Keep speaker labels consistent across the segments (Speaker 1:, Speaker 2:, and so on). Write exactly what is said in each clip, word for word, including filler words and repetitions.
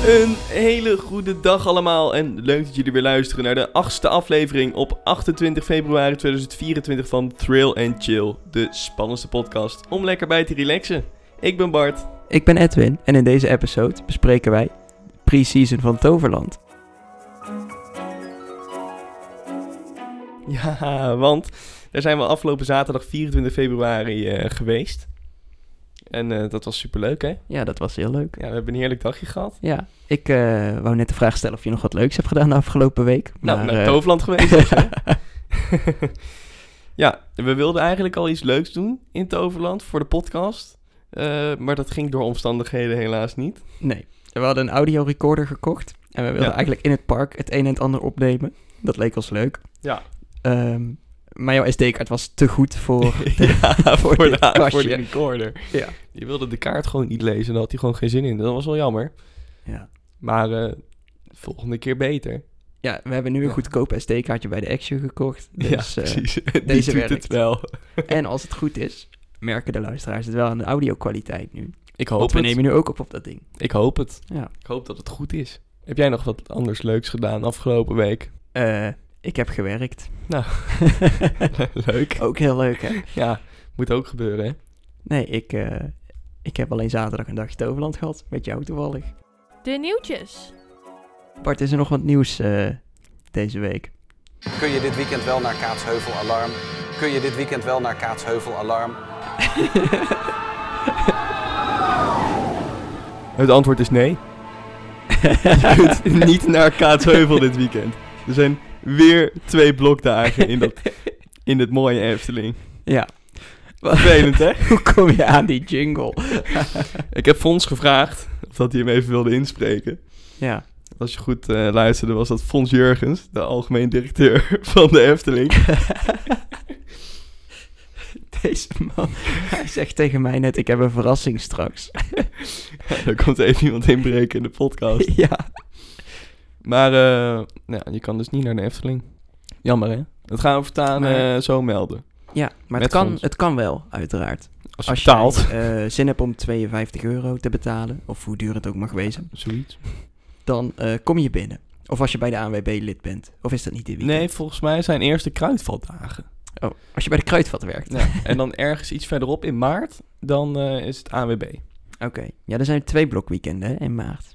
Speaker 1: Een hele goede dag allemaal en leuk dat jullie weer luisteren naar de achtste aflevering op achtentwintig februari tweeduizend vierentwintig van Thrill and Chill, de spannendste podcast om lekker bij te relaxen. Ik ben Bart.
Speaker 2: Ik ben Edwin en in deze episode bespreken wij pre-season van Toverland.
Speaker 1: Ja, want daar zijn we afgelopen zaterdag vierentwintig februari uh, geweest. En uh, dat was superleuk, hè?
Speaker 2: Ja, dat was heel leuk.
Speaker 1: Ja, we hebben een heerlijk dagje gehad.
Speaker 2: Ja, ik uh, wou net de vraag stellen of je nog wat leuks hebt gedaan de afgelopen week.
Speaker 1: Nou,
Speaker 2: maar,
Speaker 1: naar
Speaker 2: uh...
Speaker 1: Toverland geweest dus, hè? Ja, we wilden eigenlijk al iets leuks doen in Toverland voor de podcast. Uh, maar dat ging door omstandigheden helaas niet.
Speaker 2: Nee, we hadden een audiorecorder gekocht. En we wilden ja. eigenlijk in het park het een en het ander opnemen. Dat leek ons leuk.
Speaker 1: Ja.
Speaker 2: Um, maar jouw S D-kaart was te goed voor de,
Speaker 1: ja, voor,
Speaker 2: voor,
Speaker 1: de,
Speaker 2: de
Speaker 1: voor de recorder.
Speaker 2: Ja.
Speaker 1: Die wilde de kaart gewoon niet lezen. Daar had hij gewoon geen zin in. Dat was wel jammer.
Speaker 2: Ja.
Speaker 1: Maar uh, volgende keer beter.
Speaker 2: Ja, we hebben nu een ja. goedkoop S D-kaartje bij de Action gekocht. Dus,
Speaker 1: ja, precies.
Speaker 2: Uh,
Speaker 1: Die
Speaker 2: deze
Speaker 1: doet
Speaker 2: werkt.
Speaker 1: het wel.
Speaker 2: En als het goed is, merken de luisteraars het wel aan de audio-kwaliteit nu.
Speaker 1: Ik hoop
Speaker 2: Want we
Speaker 1: het.
Speaker 2: nemen nu ook op op dat ding.
Speaker 1: Ik hoop het.
Speaker 2: Ja.
Speaker 1: Ik hoop dat het goed is. Heb jij nog wat anders leuks gedaan afgelopen week?
Speaker 2: Uh, ik heb gewerkt.
Speaker 1: Nou, leuk.
Speaker 2: Ook heel leuk, hè?
Speaker 1: Ja, moet ook gebeuren, hè?
Speaker 2: Nee, ik, uh, ik heb alleen zaterdag een dagje Toverland gehad. Met jou toevallig.
Speaker 3: De nieuwtjes.
Speaker 2: Bart, is er nog wat nieuws uh, deze week?
Speaker 4: Kun je dit weekend wel naar Kaatsheuvel Alarm? Kun je dit weekend wel naar Kaatsheuvel Alarm?
Speaker 1: Het antwoord is nee. Je kunt niet naar Kaatsheuvel dit weekend. Er zijn weer twee blokdagen in, dat, in het mooie Efteling.
Speaker 2: Ja.
Speaker 1: Vervelend, hè?
Speaker 2: Hoe kom je aan die jingle?
Speaker 1: Ik heb Fons gevraagd of dat hij hem even wilde inspreken.
Speaker 2: Ja.
Speaker 1: Als je goed uh, luisterde, was dat Fons Jurgens, de algemeen directeur van de Efteling.
Speaker 2: Deze man, hij zegt tegen mij net, ik heb een verrassing straks.
Speaker 1: Ja, er komt even iemand inbreken in de podcast.
Speaker 2: Ja.
Speaker 1: Maar uh, ja, je kan dus niet naar de Efteling. Jammer, hè? Dat gaan we voortaan maar, uh, zo melden.
Speaker 2: Ja, maar het kan, het kan wel, uiteraard.
Speaker 1: Als je
Speaker 2: Als
Speaker 1: betaalt.
Speaker 2: je uh, zin hebt om tweeënvijftig euro te betalen, of hoe duur het ook mag wezen.
Speaker 1: Ja, zoiets.
Speaker 2: Dan uh, kom je binnen. Of als je bij de A N W B lid bent. Of is dat niet dit weekend?
Speaker 1: Nee, volgens mij zijn eerst de kruidvatdagen.
Speaker 2: Oh, als je bij de Kruidvat werkt.
Speaker 1: Ja, en dan ergens iets verderop in maart, dan uh, is het A N W B.
Speaker 2: Oké. Okay. Ja, er zijn twee blokweekenden hè, in maart.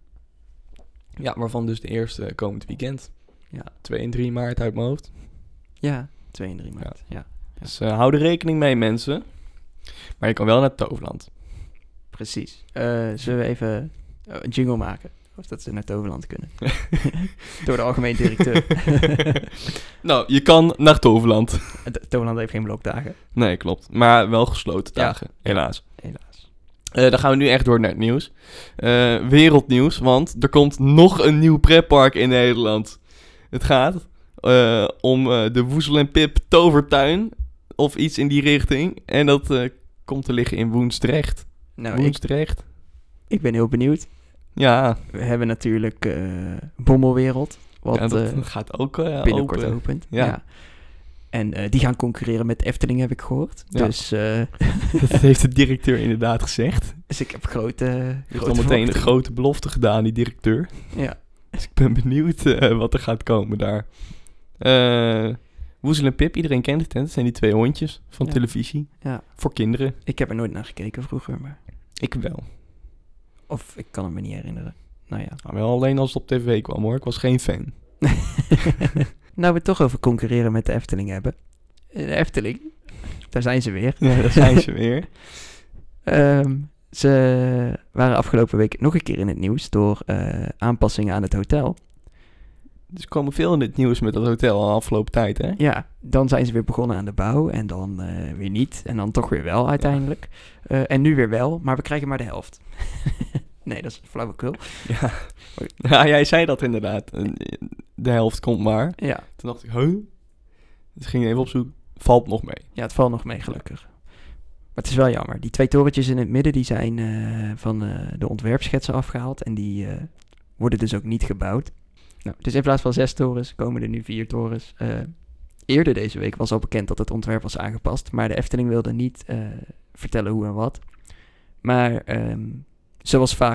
Speaker 1: Ja, waarvan dus de eerste komend weekend.
Speaker 2: Ja.
Speaker 1: twee en drie maart uit mijn hoofd.
Speaker 2: Ja, twee en drie maart. Ja. Ja.
Speaker 1: Dus uh, hou er rekening mee, mensen. Maar je kan wel naar Toverland.
Speaker 2: Precies. Uh, zullen we even uh, een jingle maken? Of dat ze naar Toverland kunnen. Door de algemeen directeur.
Speaker 1: Nou, je kan naar Toverland.
Speaker 2: Toverland heeft geen blokdagen.
Speaker 1: Nee, klopt. Maar wel gesloten dagen, ja. helaas.
Speaker 2: Helaas.
Speaker 1: Uh, dan gaan we nu echt door naar het nieuws. Uh, wereldnieuws, want er komt nog een nieuw pretpark in Nederland. Het gaat uh, om uh, de Woezel en Pip Tovertuin. Of iets in die richting. En dat uh, komt te liggen in Woensdrecht.
Speaker 2: Nou,
Speaker 1: Woensdrecht.
Speaker 2: Ik, ik ben heel benieuwd.
Speaker 1: Ja.
Speaker 2: We hebben natuurlijk uh, Bommelwereld. Wat
Speaker 1: ja, dat
Speaker 2: uh,
Speaker 1: gaat ook uh,
Speaker 2: binnenkort
Speaker 1: open.
Speaker 2: opent.
Speaker 1: Ja.
Speaker 2: ja. En uh, die gaan concurreren met Efteling, heb ik gehoord. Ja. Dus, uh,
Speaker 1: dat heeft de directeur inderdaad gezegd.
Speaker 2: Dus ik heb grote...
Speaker 1: Je hebt al meteen een grote belofte gedaan, die directeur.
Speaker 2: Ja.
Speaker 1: Dus ik ben benieuwd uh, wat er gaat komen daar. Uh, Woezel en Pip, iedereen kent het, hè? Dat zijn die twee hondjes van
Speaker 2: ja.
Speaker 1: televisie.
Speaker 2: Ja.
Speaker 1: Voor kinderen.
Speaker 2: Ik heb er nooit naar gekeken vroeger, maar...
Speaker 1: Ik wel.
Speaker 2: Of ik kan het me niet herinneren. Nou ja.
Speaker 1: Nou, wel alleen als het op tv kwam, hoor. Ik was geen fan.
Speaker 2: Nou, we het toch over concurreren met de Efteling hebben. De Efteling, daar zijn ze weer.
Speaker 1: Ja, daar zijn ze weer.
Speaker 2: um, ze waren afgelopen week nog een keer in het nieuws door uh, aanpassingen aan het hotel.
Speaker 1: Dus er komen veel in het nieuws met dat hotel de afgelopen tijd, hè?
Speaker 2: Ja, dan zijn ze weer begonnen aan de bouw en dan uh, weer niet. En dan toch weer wel uiteindelijk. Ja. Uh, en nu weer wel, maar we krijgen maar de helft. Nee, dat is flauwekul.
Speaker 1: Ja. Ja, jij zei dat inderdaad. De helft komt maar.
Speaker 2: Ja.
Speaker 1: Toen dacht ik, huh? Dus ging even op zoek. Valt nog mee.
Speaker 2: Ja, het valt nog mee, gelukkig. Maar het is wel jammer. Die twee torentjes in het midden, die zijn uh, van uh, de ontwerpschetsen afgehaald. En die uh, worden dus ook niet gebouwd. Nou, dus in plaats van zes torens komen er nu vier torens. Uh, eerder deze week was al bekend dat het ontwerp was aangepast. Maar de Efteling wilde niet uh, vertellen hoe en wat. Maar um, zoals vaker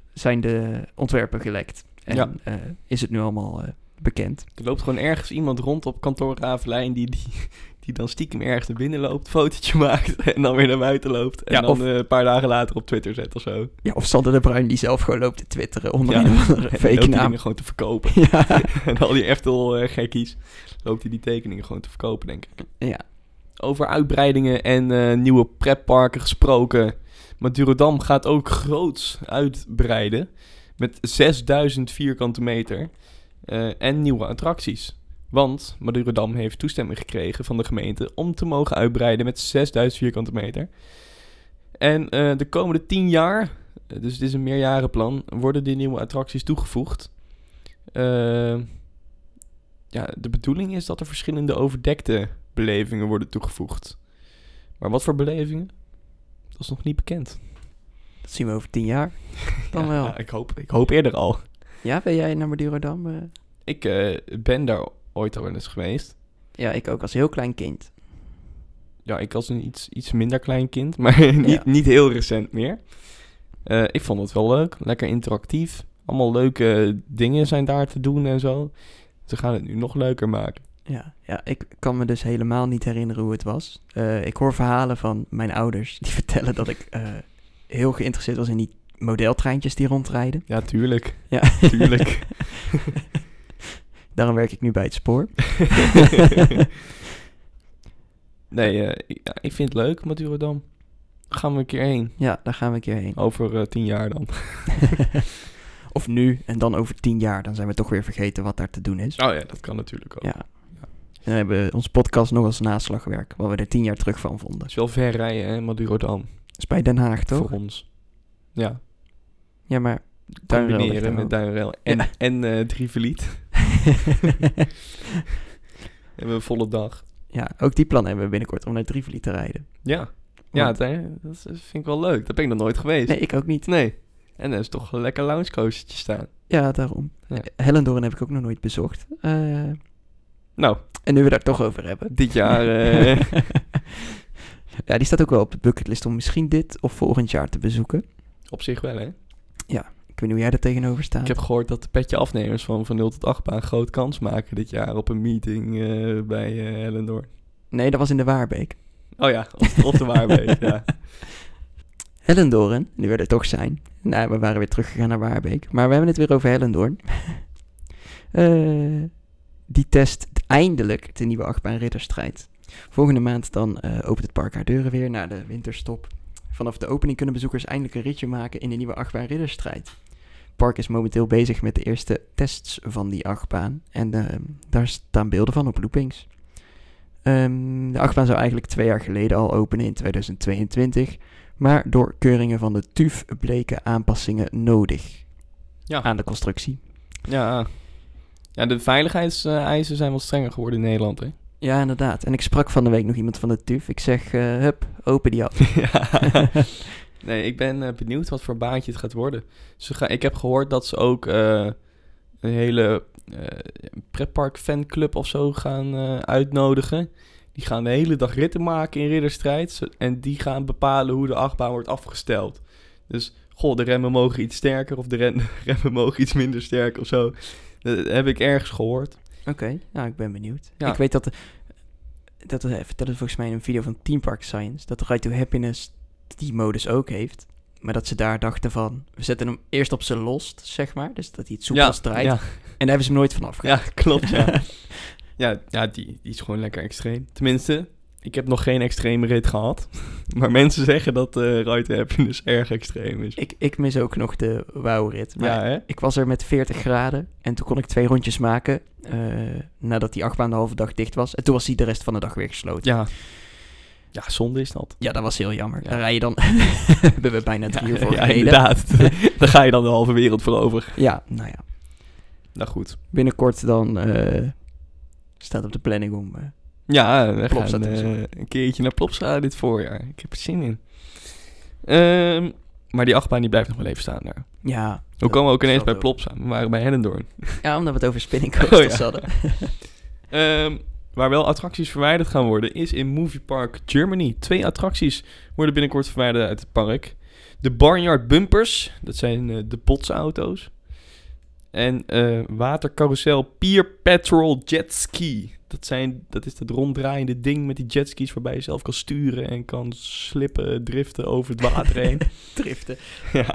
Speaker 2: zijn de ontwerpen gelekt. En
Speaker 1: Ja.
Speaker 2: uh, is het nu allemaal uh, bekend.
Speaker 1: Er loopt gewoon ergens iemand rond op kantoor Ravelijn die, die, die dan stiekem ergens naar binnen loopt, fotootje maakt en dan weer naar buiten loopt. En
Speaker 2: Ja,
Speaker 1: dan
Speaker 2: of-
Speaker 1: uh, een paar dagen later op Twitter zet of zo.
Speaker 2: Ja, of Sander de Bruin die zelf gewoon loopt te twitteren onder
Speaker 1: Ja,
Speaker 2: een of andere
Speaker 1: en
Speaker 2: fake
Speaker 1: loopt die
Speaker 2: naam.
Speaker 1: dingen gewoon te verkopen.
Speaker 2: Ja.
Speaker 1: En al die Eftel uh, gekkies loopt hij die tekeningen gewoon te verkopen, denk ik.
Speaker 2: Ja.
Speaker 1: Over uitbreidingen en uh, nieuwe pretparken gesproken. Madurodam gaat ook groots uitbreiden met zesduizend vierkante meter uh, en nieuwe attracties. Want Madurodam heeft toestemming gekregen van de gemeente om te mogen uitbreiden met zesduizend vierkante meter. En uh, de komende tien jaar, dus het is een meerjarenplan, worden die nieuwe attracties toegevoegd. Uh, ja, de bedoeling is dat er verschillende overdekte belevingen worden toegevoegd. Maar wat voor belevingen? Dat is nog niet bekend.
Speaker 2: Dat zien we over tien jaar. Dan
Speaker 1: ja,
Speaker 2: wel.
Speaker 1: ja, ik, hoop, ik hoop eerder al.
Speaker 2: Ja, ben jij naar Madurodam? Uh...
Speaker 1: Ik uh, ben daar ooit al wel eens geweest.
Speaker 2: Ja, ik ook als heel klein kind.
Speaker 1: Ja, ik als een iets, iets minder klein kind, maar niet,
Speaker 2: Ja.
Speaker 1: niet heel recent meer. Uh, ik vond het wel leuk, lekker interactief. Allemaal leuke dingen zijn daar te doen en zo. Ze gaan het nu nog leuker maken.
Speaker 2: Ja, ja, ik kan me dus helemaal niet herinneren hoe het was. Uh, ik hoor verhalen van mijn ouders die vertellen dat ik uh, heel geïnteresseerd was in die modeltreintjes die rondrijden.
Speaker 1: Ja, tuurlijk.
Speaker 2: Ja,
Speaker 1: Tuurlijk.
Speaker 2: Daarom werk ik nu bij het spoor.
Speaker 1: nee, uh, ik, ja, ik vind het leuk, Madurodam. Daar gaan we een keer heen.
Speaker 2: Ja, daar gaan we een keer heen.
Speaker 1: Over uh, tien jaar dan.
Speaker 2: Of nu en dan over tien jaar. Dan zijn we toch weer vergeten wat daar te doen is.
Speaker 1: Oh ja, dat kan natuurlijk ook.
Speaker 2: Ja. Ja. En dan hebben we ons podcast nog als naslagwerk. Wat we er tien jaar terug van vonden.
Speaker 1: Het is wel ver rijden, hè, Madurodam.
Speaker 2: Dat is bij Den Haag, toch?
Speaker 1: Voor ons. Ja.
Speaker 2: Ja, maar Duinrel ligt
Speaker 1: Combineren
Speaker 2: er
Speaker 1: met
Speaker 2: ook.
Speaker 1: Duinrel en,
Speaker 2: Ja.
Speaker 1: en uh, Drieveliet. Hebben we een volle dag.
Speaker 2: Ja, ook die plan hebben we binnenkort om naar Drievliet te rijden.
Speaker 1: Ja. Ja,
Speaker 2: Want-
Speaker 1: het, hè, dat is- vind ik wel leuk. Dat ben ik nog nooit geweest.
Speaker 2: Nee, ik ook niet.
Speaker 1: Nee. En er is toch een lekker loungecoastertje staan.
Speaker 2: Ja, daarom.
Speaker 1: Ja.
Speaker 2: Hellendoorn heb ik ook nog nooit bezocht. Uh,
Speaker 1: Nou,
Speaker 2: en nu we daar het toch over hebben.
Speaker 1: dit jaar... Uh,
Speaker 2: Ja, die staat ook wel op de bucketlist om misschien dit of volgend jaar te bezoeken.
Speaker 1: op zich wel, hè.
Speaker 2: Ik weet niet hoe jij er tegenover staat.
Speaker 1: Ik heb gehoord dat de petje afnemers van van nul tot achtbaan groot kans maken dit jaar op een meeting uh, bij uh, Hellendoorn.
Speaker 2: Nee, dat was in de Waarbeek.
Speaker 1: Oh ja, op, op de Waarbeek, ja.
Speaker 2: Hellendoorn, nu we er toch zijn. Nou, we waren weer teruggegaan naar Waarbeek. Maar we hebben het weer over Hellendoorn. uh, die test eindelijk de nieuwe achtbaan Ridderstrijd. Volgende maand dan uh, opent het park haar deuren weer na de winterstop. Vanaf de opening kunnen bezoekers eindelijk een ritje maken in de nieuwe achtbaan Ridderstrijd. Het park is momenteel bezig met de eerste tests van die achtbaan. En uh, daar staan beelden van op loopings. Um, de achtbaan zou eigenlijk twee jaar geleden al openen in tweeduizend tweeëntwintig. Maar door keuringen van de T U V bleken aanpassingen nodig
Speaker 1: Ja.
Speaker 2: aan de constructie.
Speaker 1: Ja, ja de veiligheidseisen zijn wel strenger geworden in Nederland, hè.
Speaker 2: Ja, inderdaad. En ik sprak van de week nog iemand van de T U V. Ik zeg, uh, hup, open die af.
Speaker 1: Ja. Nee, ik ben uh, benieuwd wat voor baantje het gaat worden. Ze ga, ik heb gehoord dat ze ook uh, een hele uh, pretpark fanclub of zo gaan uh, uitnodigen. Die gaan de hele dag ritten maken in Ridderstrijd. En die gaan bepalen hoe de achtbaan wordt afgesteld. Dus, goh, de remmen mogen iets sterker of de ren- remmen mogen iets minder sterk of zo. Dat heb ik ergens gehoord.
Speaker 2: Oké, okay, nou, ik ben benieuwd.
Speaker 1: Ja.
Speaker 2: Ik weet dat, dat, dat is volgens mij in een video van Team Park Science, dat de Ride to Happiness die modus ook heeft. Maar dat ze daar dachten van, we zetten hem eerst op zijn lost, zeg maar. Dus dat hij het soepels
Speaker 1: Ja,
Speaker 2: draait.
Speaker 1: ja.
Speaker 2: En daar hebben ze hem nooit van afgehaald.
Speaker 1: Ja, klopt, ja. ja, ja die, die is gewoon lekker extreem. Tenminste, ik heb nog geen extreme rit gehad. Maar mensen zeggen dat uh, Ride to Happiness erg extreem is.
Speaker 2: Ik, ik mis ook nog de wauwrit. Maar
Speaker 1: Ja, hè?
Speaker 2: ik was er met veertig graden en toen kon ik twee rondjes maken uh, nadat die achtbaan de halve dag dicht was. En toen was hij de rest van de dag weer gesloten.
Speaker 1: Ja. Ja, zonde is dat.
Speaker 2: Ja, dat was heel jammer.
Speaker 1: Ja.
Speaker 2: Daar rij je dan... hebben we bijna drie
Speaker 1: Ja,
Speaker 2: uur voor
Speaker 1: ja,
Speaker 2: gereden.
Speaker 1: inderdaad. Daar ga je dan de halve wereld voor over.
Speaker 2: Ja, nou ja.
Speaker 1: Nou goed.
Speaker 2: Binnenkort dan uh, staat op de planning om... Uh,
Speaker 1: Ja, we
Speaker 2: Plopsa
Speaker 1: gaan
Speaker 2: te
Speaker 1: uh,
Speaker 2: bezoeken.
Speaker 1: een keertje naar Plopsa dit voorjaar. Ik heb er zin in. Um, maar die achtbaan die blijft nog wel even staan daar.
Speaker 2: ja.
Speaker 1: Hoe komen we ook
Speaker 2: dat
Speaker 1: ineens
Speaker 2: zal
Speaker 1: bij
Speaker 2: wel.
Speaker 1: Plopsa? We waren bij Hellendoorn.
Speaker 2: Ja, omdat we het over spinning coasters
Speaker 1: Oh, ja.
Speaker 2: hadden.
Speaker 1: Um, waar wel attracties verwijderd gaan worden, is in Movie Park Germany. Twee attracties worden binnenkort verwijderd uit het park. De Barnyard Bumpers, dat zijn uh, de botsauto's. En uh, watercarousel Pier Patrol Jet Ski. Dat, zijn, dat is dat ronddraaiende ding met die jetskis waarbij je zelf kan sturen en kan slippen, driften over het water heen.
Speaker 2: Driften.
Speaker 1: Ja.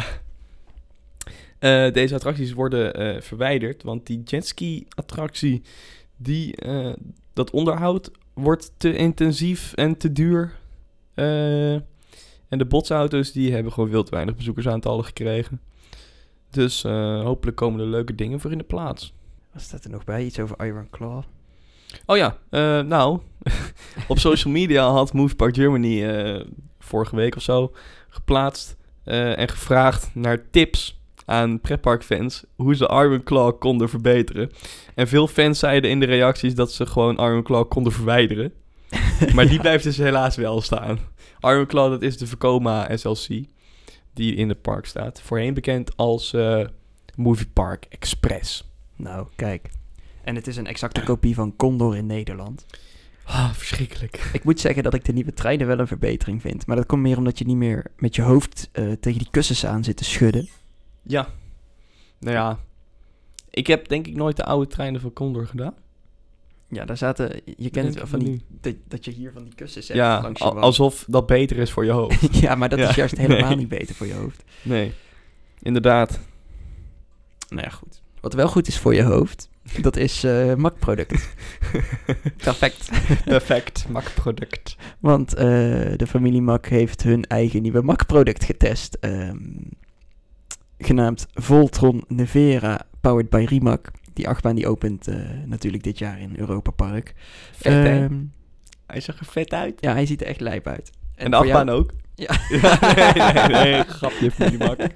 Speaker 1: Uh, deze attracties worden uh, verwijderd, want die jetski-attractie, die, uh, dat onderhoud wordt te intensief en te duur. Uh, en de botsauto's, die hebben gewoon veel te weinig bezoekersaantallen gekregen. Dus uh, hopelijk komen er leuke dingen voor in de plaats.
Speaker 2: Wat staat er nog bij? Iets over Iron Claw?
Speaker 1: Oh ja, uh, nou, op social media had Move Park Germany uh, vorige week of zo geplaatst uh, en gevraagd naar tips aan pretparkfans hoe ze Iron Claw konden verbeteren. En veel fans zeiden in de reacties dat ze gewoon Iron Claw konden verwijderen. Maar die blijft dus helaas wel staan. Iron Claw, dat is de Vekoma S L C die in het park staat. Voorheen bekend als uh, Movie Park Express.
Speaker 2: Nou, kijk. En het is een exacte kopie van Condor in Nederland.
Speaker 1: Ah, verschrikkelijk.
Speaker 2: Ik moet zeggen dat ik de nieuwe treinen wel een verbetering vind. Maar dat komt meer omdat je niet meer met je hoofd uh, tegen die kussens aan zit te schudden.
Speaker 1: Ja. Nou ja. Ik heb denk ik nooit de oude treinen van Condor gedaan.
Speaker 2: Ja, daar zaten... Je kent het wel van die... Dat, dat je hier van die kussens hebt
Speaker 1: ja,
Speaker 2: langs je
Speaker 1: al,
Speaker 2: wand.
Speaker 1: alsof dat beter is voor je hoofd.
Speaker 2: Ja, maar dat
Speaker 1: Ja.
Speaker 2: is juist helemaal
Speaker 1: Nee.
Speaker 2: niet beter voor je hoofd.
Speaker 1: Nee. Inderdaad.
Speaker 2: Nou ja, goed. Wat wel goed is voor je hoofd, dat is uh, Mac-product. Perfect.
Speaker 1: Perfect. Mac-product.
Speaker 2: Want uh, de familie Mac heeft hun eigen nieuwe Mac-product getest. Um, genaamd Voltron Nevera, powered by Rimac. Die achtbaan die opent uh, natuurlijk dit jaar in Europa Park.
Speaker 1: Vet, hè?
Speaker 2: Um,
Speaker 1: Hij zag er vet uit.
Speaker 2: ja, hij ziet er echt lijp uit.
Speaker 1: En, de
Speaker 2: voor
Speaker 1: achtbaan
Speaker 2: jou-
Speaker 1: ook.
Speaker 2: Ja.
Speaker 1: Ja, nee, nee, nee. Grapje voor die Mac.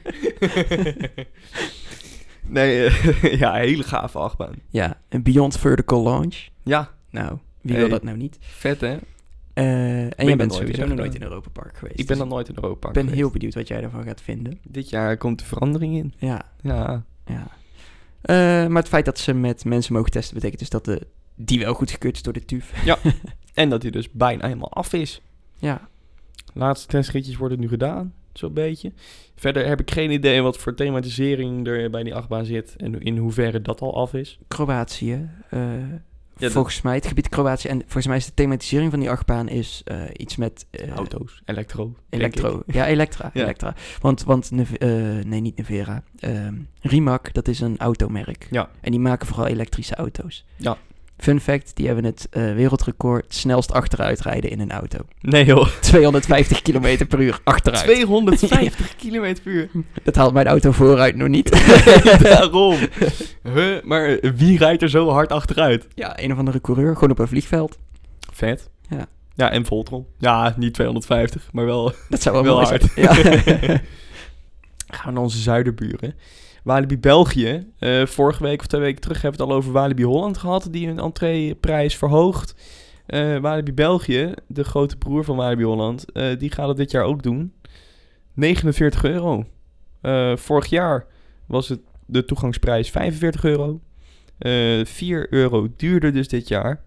Speaker 1: Nee, uh, ja, hele gave achtbaan.
Speaker 2: Ja, een Beyond Vertical Launch.
Speaker 1: Ja,
Speaker 2: Nou, wie
Speaker 1: Hey.
Speaker 2: wil dat nou niet?
Speaker 1: vet hè?
Speaker 2: Uh, en
Speaker 1: ben
Speaker 2: jij bent
Speaker 1: nooit
Speaker 2: sowieso
Speaker 1: eerder
Speaker 2: nog nooit in
Speaker 1: gedaan.
Speaker 2: Europa Park geweest.
Speaker 1: Ik ben
Speaker 2: dus
Speaker 1: nog nooit in Europa
Speaker 2: ik ben
Speaker 1: geweest.
Speaker 2: heel benieuwd wat jij ervan gaat vinden.
Speaker 1: Dit jaar komt de verandering in.
Speaker 2: Ja,
Speaker 1: Ja.
Speaker 2: ja. Uh, maar het feit dat ze met mensen mogen testen, betekent dus dat de, die wel goedgekeurd is door de T U F.
Speaker 1: Ja. En dat hij dus bijna helemaal af is.
Speaker 2: Ja.
Speaker 1: Laatste testritjes worden nu gedaan, zo'n beetje. Verder heb ik geen idee wat voor thematisering er bij die achtbaan zit en in hoeverre dat al af is.
Speaker 2: Kroatië. Uh,
Speaker 1: dat-
Speaker 2: volgens mij het gebied Kroatië. En volgens mij is de thematisering van die achtbaan is uh, iets met... Uh,
Speaker 1: Auto's, elektro. denk
Speaker 2: Elektro.
Speaker 1: ik.
Speaker 2: Ja, Elektra.
Speaker 1: Ja.
Speaker 2: Elektra. Want, want Neve- uh, nee, niet Nevera. Um, Rimac, dat is een automerk.
Speaker 1: Ja.
Speaker 2: En die maken vooral elektrische auto's.
Speaker 1: Ja.
Speaker 2: Fun fact, die hebben het uh, wereldrecord het snelst achteruit rijden in een auto.
Speaker 1: Nee joh.
Speaker 2: tweehonderdvijftig kilometer per uur achteruit.
Speaker 1: tweehonderdvijftig kilometer per uur.
Speaker 2: Dat haalt mijn auto vooruit nog niet.
Speaker 1: Daarom. Huh? Maar wie rijdt er zo hard achteruit?
Speaker 2: Ja, een of andere coureur, gewoon op een vliegveld.
Speaker 1: Vet.
Speaker 2: Ja.
Speaker 1: Ja, en Voltron. Ja, niet tweehonderdvijftig, maar wel,
Speaker 2: Dat zou wel,
Speaker 1: wel
Speaker 2: mooi
Speaker 1: hard.
Speaker 2: zijn. Ja.
Speaker 1: Gaan we naar onze zuiderburen. Walibi België. Uh, vorige week of twee weken terug hebben we het al over Walibi Holland gehad, die hun entreeprijs verhoogt. Uh, Walibi België, de grote broer van Walibi Holland, uh, die gaat het dit jaar ook doen. negenenveertig euro. Uh, vorig jaar was het de toegangsprijs vijfenveertig euro. Uh, vier euro duurder dus dit jaar.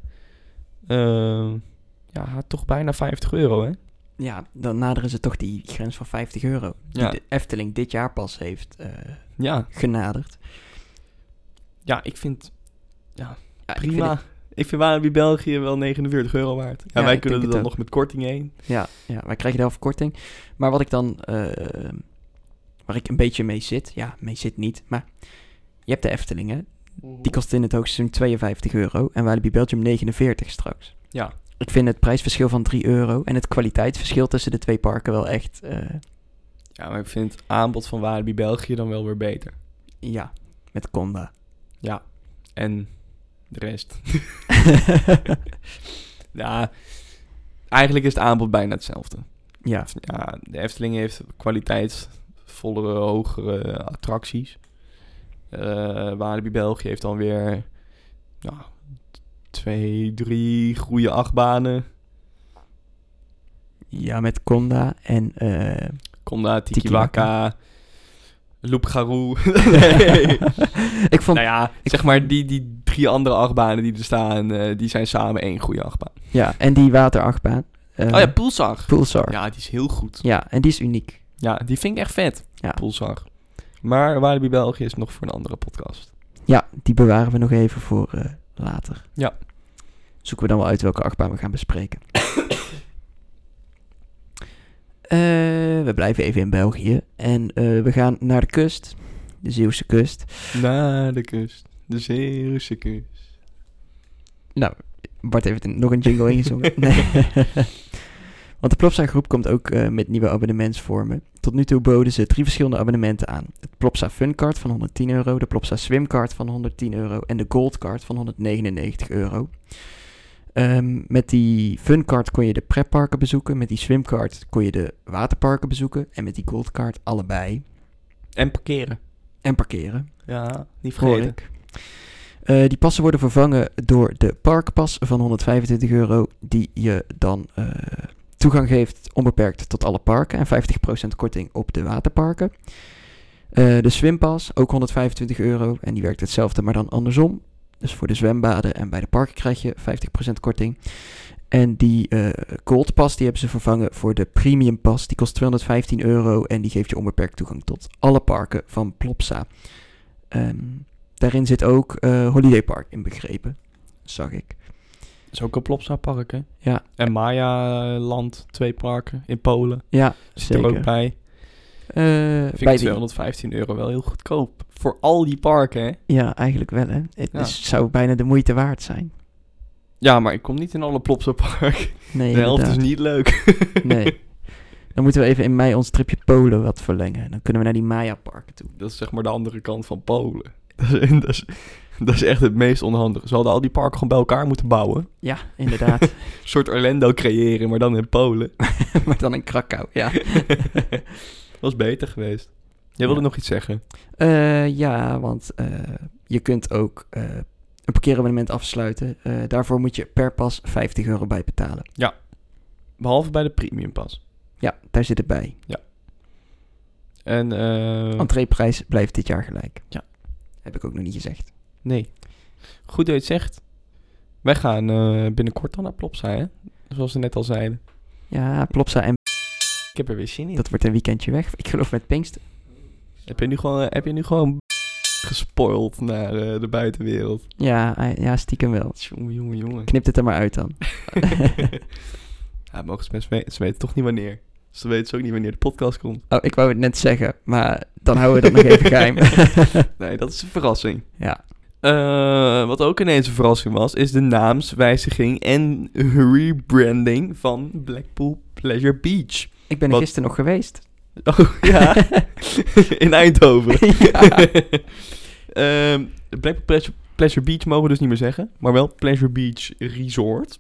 Speaker 1: Uh, ja, toch bijna vijftig euro, hè?
Speaker 2: Ja, dan naderen ze toch die grens van vijftig euro. Die
Speaker 1: Ja.
Speaker 2: de Efteling dit jaar pas heeft uh,
Speaker 1: Ja,
Speaker 2: genaderd.
Speaker 1: ja, ik vind
Speaker 2: Ja, ik
Speaker 1: prima.
Speaker 2: vind
Speaker 1: Ik vind Walibi België wel negenenveertig euro waard. Ja,
Speaker 2: Ja,
Speaker 1: wij
Speaker 2: ik
Speaker 1: kunnen er
Speaker 2: denk
Speaker 1: dan
Speaker 2: het
Speaker 1: nog met korting heen.
Speaker 2: het, ja, ja, wij krijgen daar verkorting. Maar wat ik dan... Uh, waar ik een beetje mee zit... Ja, mee zit niet. Maar je hebt de Efteling, hè? Die kost in het hoogste tweeënvijftig euro. En Walibi Belgium negenenveertig straks.
Speaker 1: Ja.
Speaker 2: Ik vind het prijsverschil van drie euro... en het kwaliteitsverschil tussen de twee parken wel echt... Uh,
Speaker 1: Ja, maar ik vind het aanbod van Walibi België dan wel weer beter.
Speaker 2: ja, met Conda.
Speaker 1: Ja, en de rest. Ja, eigenlijk is het aanbod bijna hetzelfde.
Speaker 2: Ja,
Speaker 1: Ja, de Efteling heeft kwaliteitsvollere, hogere attracties. Uh, Walibi België heeft dan weer ja, twee, drie goede achtbanen.
Speaker 2: ja met Conda en... Uh,
Speaker 1: Conda, Tiki
Speaker 2: Tiki
Speaker 1: Waka, Loop Garou. Nee.
Speaker 2: ik vond...
Speaker 1: Nou ja, zeg maar die, die drie andere achtbanen die er staan, uh, die zijn samen één goede achtbaan.
Speaker 2: Ja, en die waterachtbaan. Uh,
Speaker 1: Oh ja, Pulsar.
Speaker 2: Pulsar. Ja.
Speaker 1: Ja, die is heel goed.
Speaker 2: ja, en die is uniek.
Speaker 1: Ja, die vind ik echt vet.
Speaker 2: Ja.
Speaker 1: Poolzag. Maar Walibi België is nog voor een andere podcast.
Speaker 2: Ja, die bewaren we nog even voor uh, later.
Speaker 1: Ja.
Speaker 2: Zoeken we dan wel uit welke achtbaan we gaan bespreken. uh, we blijven even in België. En uh, we gaan naar de kust. De Zeeuwse kust.
Speaker 1: Naar de kust. De Zeeuwse kust.
Speaker 2: Nou, Bart heeft nog een jingle ingezongen. Nee. Want de Plopsa groep komt ook uh, met nieuwe abonnementsvormen. Tot nu toe boden ze drie verschillende abonnementen aan. Het Plopsa Funcard van honderdtien euro, de Plopsa Swimcard van honderdtien euro en de Goldcard van honderdnegenennegentig euro. Um, met die Funcard kon je de pretparken bezoeken, met die Swimcard kon je de waterparken bezoeken en met die Goldcard allebei.
Speaker 1: En parkeren.
Speaker 2: En parkeren.
Speaker 1: Ja, niet
Speaker 2: Hoor
Speaker 1: vergeten.
Speaker 2: ik. Uh, die passen worden vervangen door de Parkpas van honderdvijfentwintig euro, die je dan uh, toegang geeft onbeperkt tot alle parken en vijftig procent korting op de waterparken. Uh, de Swimpas, ook honderdvijfentwintig euro en die werkt hetzelfde, maar dan andersom. Dus voor de zwembaden en bij de parken krijg je vijftig procent korting. En die uh, Gold Pass, die hebben ze vervangen voor de Premium Pass. Die kost tweehonderdvijftien euro en die geeft je onbeperkt toegang tot alle parken van Plopsa. Um, daarin zit ook uh, Holiday Park in begrepen, zag ik.
Speaker 1: Dat is ook een Plopsa park, hè?
Speaker 2: Ja.
Speaker 1: En Maya Land, twee parken in Polen.
Speaker 2: Ja,
Speaker 1: zit
Speaker 2: zeker.
Speaker 1: er ook bij.
Speaker 2: Uh,
Speaker 1: Vind
Speaker 2: bij
Speaker 1: ik tweehonderdvijftien euro wel heel goedkoop. Voor al die parken, hè?
Speaker 2: Ja, eigenlijk wel, hè. Het
Speaker 1: Ja.
Speaker 2: is, zou bijna de moeite waard zijn.
Speaker 1: Ja, maar ik kom niet in alle Plopsa park.
Speaker 2: Nee,
Speaker 1: De helft is
Speaker 2: inderdaad.
Speaker 1: niet leuk.
Speaker 2: Nee. Dan moeten we even in mei ons tripje Polen wat verlengen. Dan kunnen we naar die Maya-parken toe.
Speaker 1: Dat is zeg maar de andere kant van Polen. Dat is, dat is, dat is echt het meest onhandige. Ze hadden al die parken gewoon bij elkaar moeten bouwen.
Speaker 2: Ja, inderdaad.
Speaker 1: Een soort Orlando creëren, maar dan in Polen.
Speaker 2: Maar dan in Krakau, ja.
Speaker 1: Was beter geweest. Jij wilde
Speaker 2: Ja.
Speaker 1: nog iets zeggen?
Speaker 2: Uh, ja, want uh, je kunt ook uh, een parkeerabonnement afsluiten. Uh, daarvoor moet je per pas vijftig euro bij betalen.
Speaker 1: Behalve bij de Premium Pass.
Speaker 2: Ja, daar zit het bij.
Speaker 1: En, eh
Speaker 2: Entreeprijs blijft dit jaar gelijk.
Speaker 1: Ja.
Speaker 2: Heb ik ook nog niet gezegd.
Speaker 1: nee. Goed dat je het zegt. Wij gaan uh, binnenkort dan naar Plopsa, hè? Zoals we net al zeiden.
Speaker 2: Ja, Plopsa en
Speaker 1: Ik heb er weer zin in.
Speaker 2: dat wordt een weekendje weg. Ik geloof met Pinkster.
Speaker 1: Heb je nu gewoon, uh, heb je nu gewoon gespoild naar uh, de buitenwereld?
Speaker 2: Ja, uh, ja, stiekem wel.
Speaker 1: Jongen, jongen, jongen.
Speaker 2: Knipt het er maar uit dan.
Speaker 1: Ja, mogen ze best weten. Ze weten toch niet wanneer. Ze weten dus ook niet wanneer de podcast komt.
Speaker 2: Oh, ik wou het net zeggen, maar dan houden we dat nog even geheim.
Speaker 1: Nee, dat is een verrassing.
Speaker 2: Ja.
Speaker 1: Uh, wat ook ineens een verrassing was, is de naamswijziging en rebranding van Blackpool Pleasure Beach.
Speaker 2: Ik ben er
Speaker 1: Wat-
Speaker 2: gisteren nog geweest.
Speaker 1: Oh, ja. In Eindhoven.
Speaker 2: Ja.
Speaker 1: Ehm, Blackpool Pleasure, Pleasure Beach mogen we dus niet meer zeggen, maar wel Pleasure Beach Resort.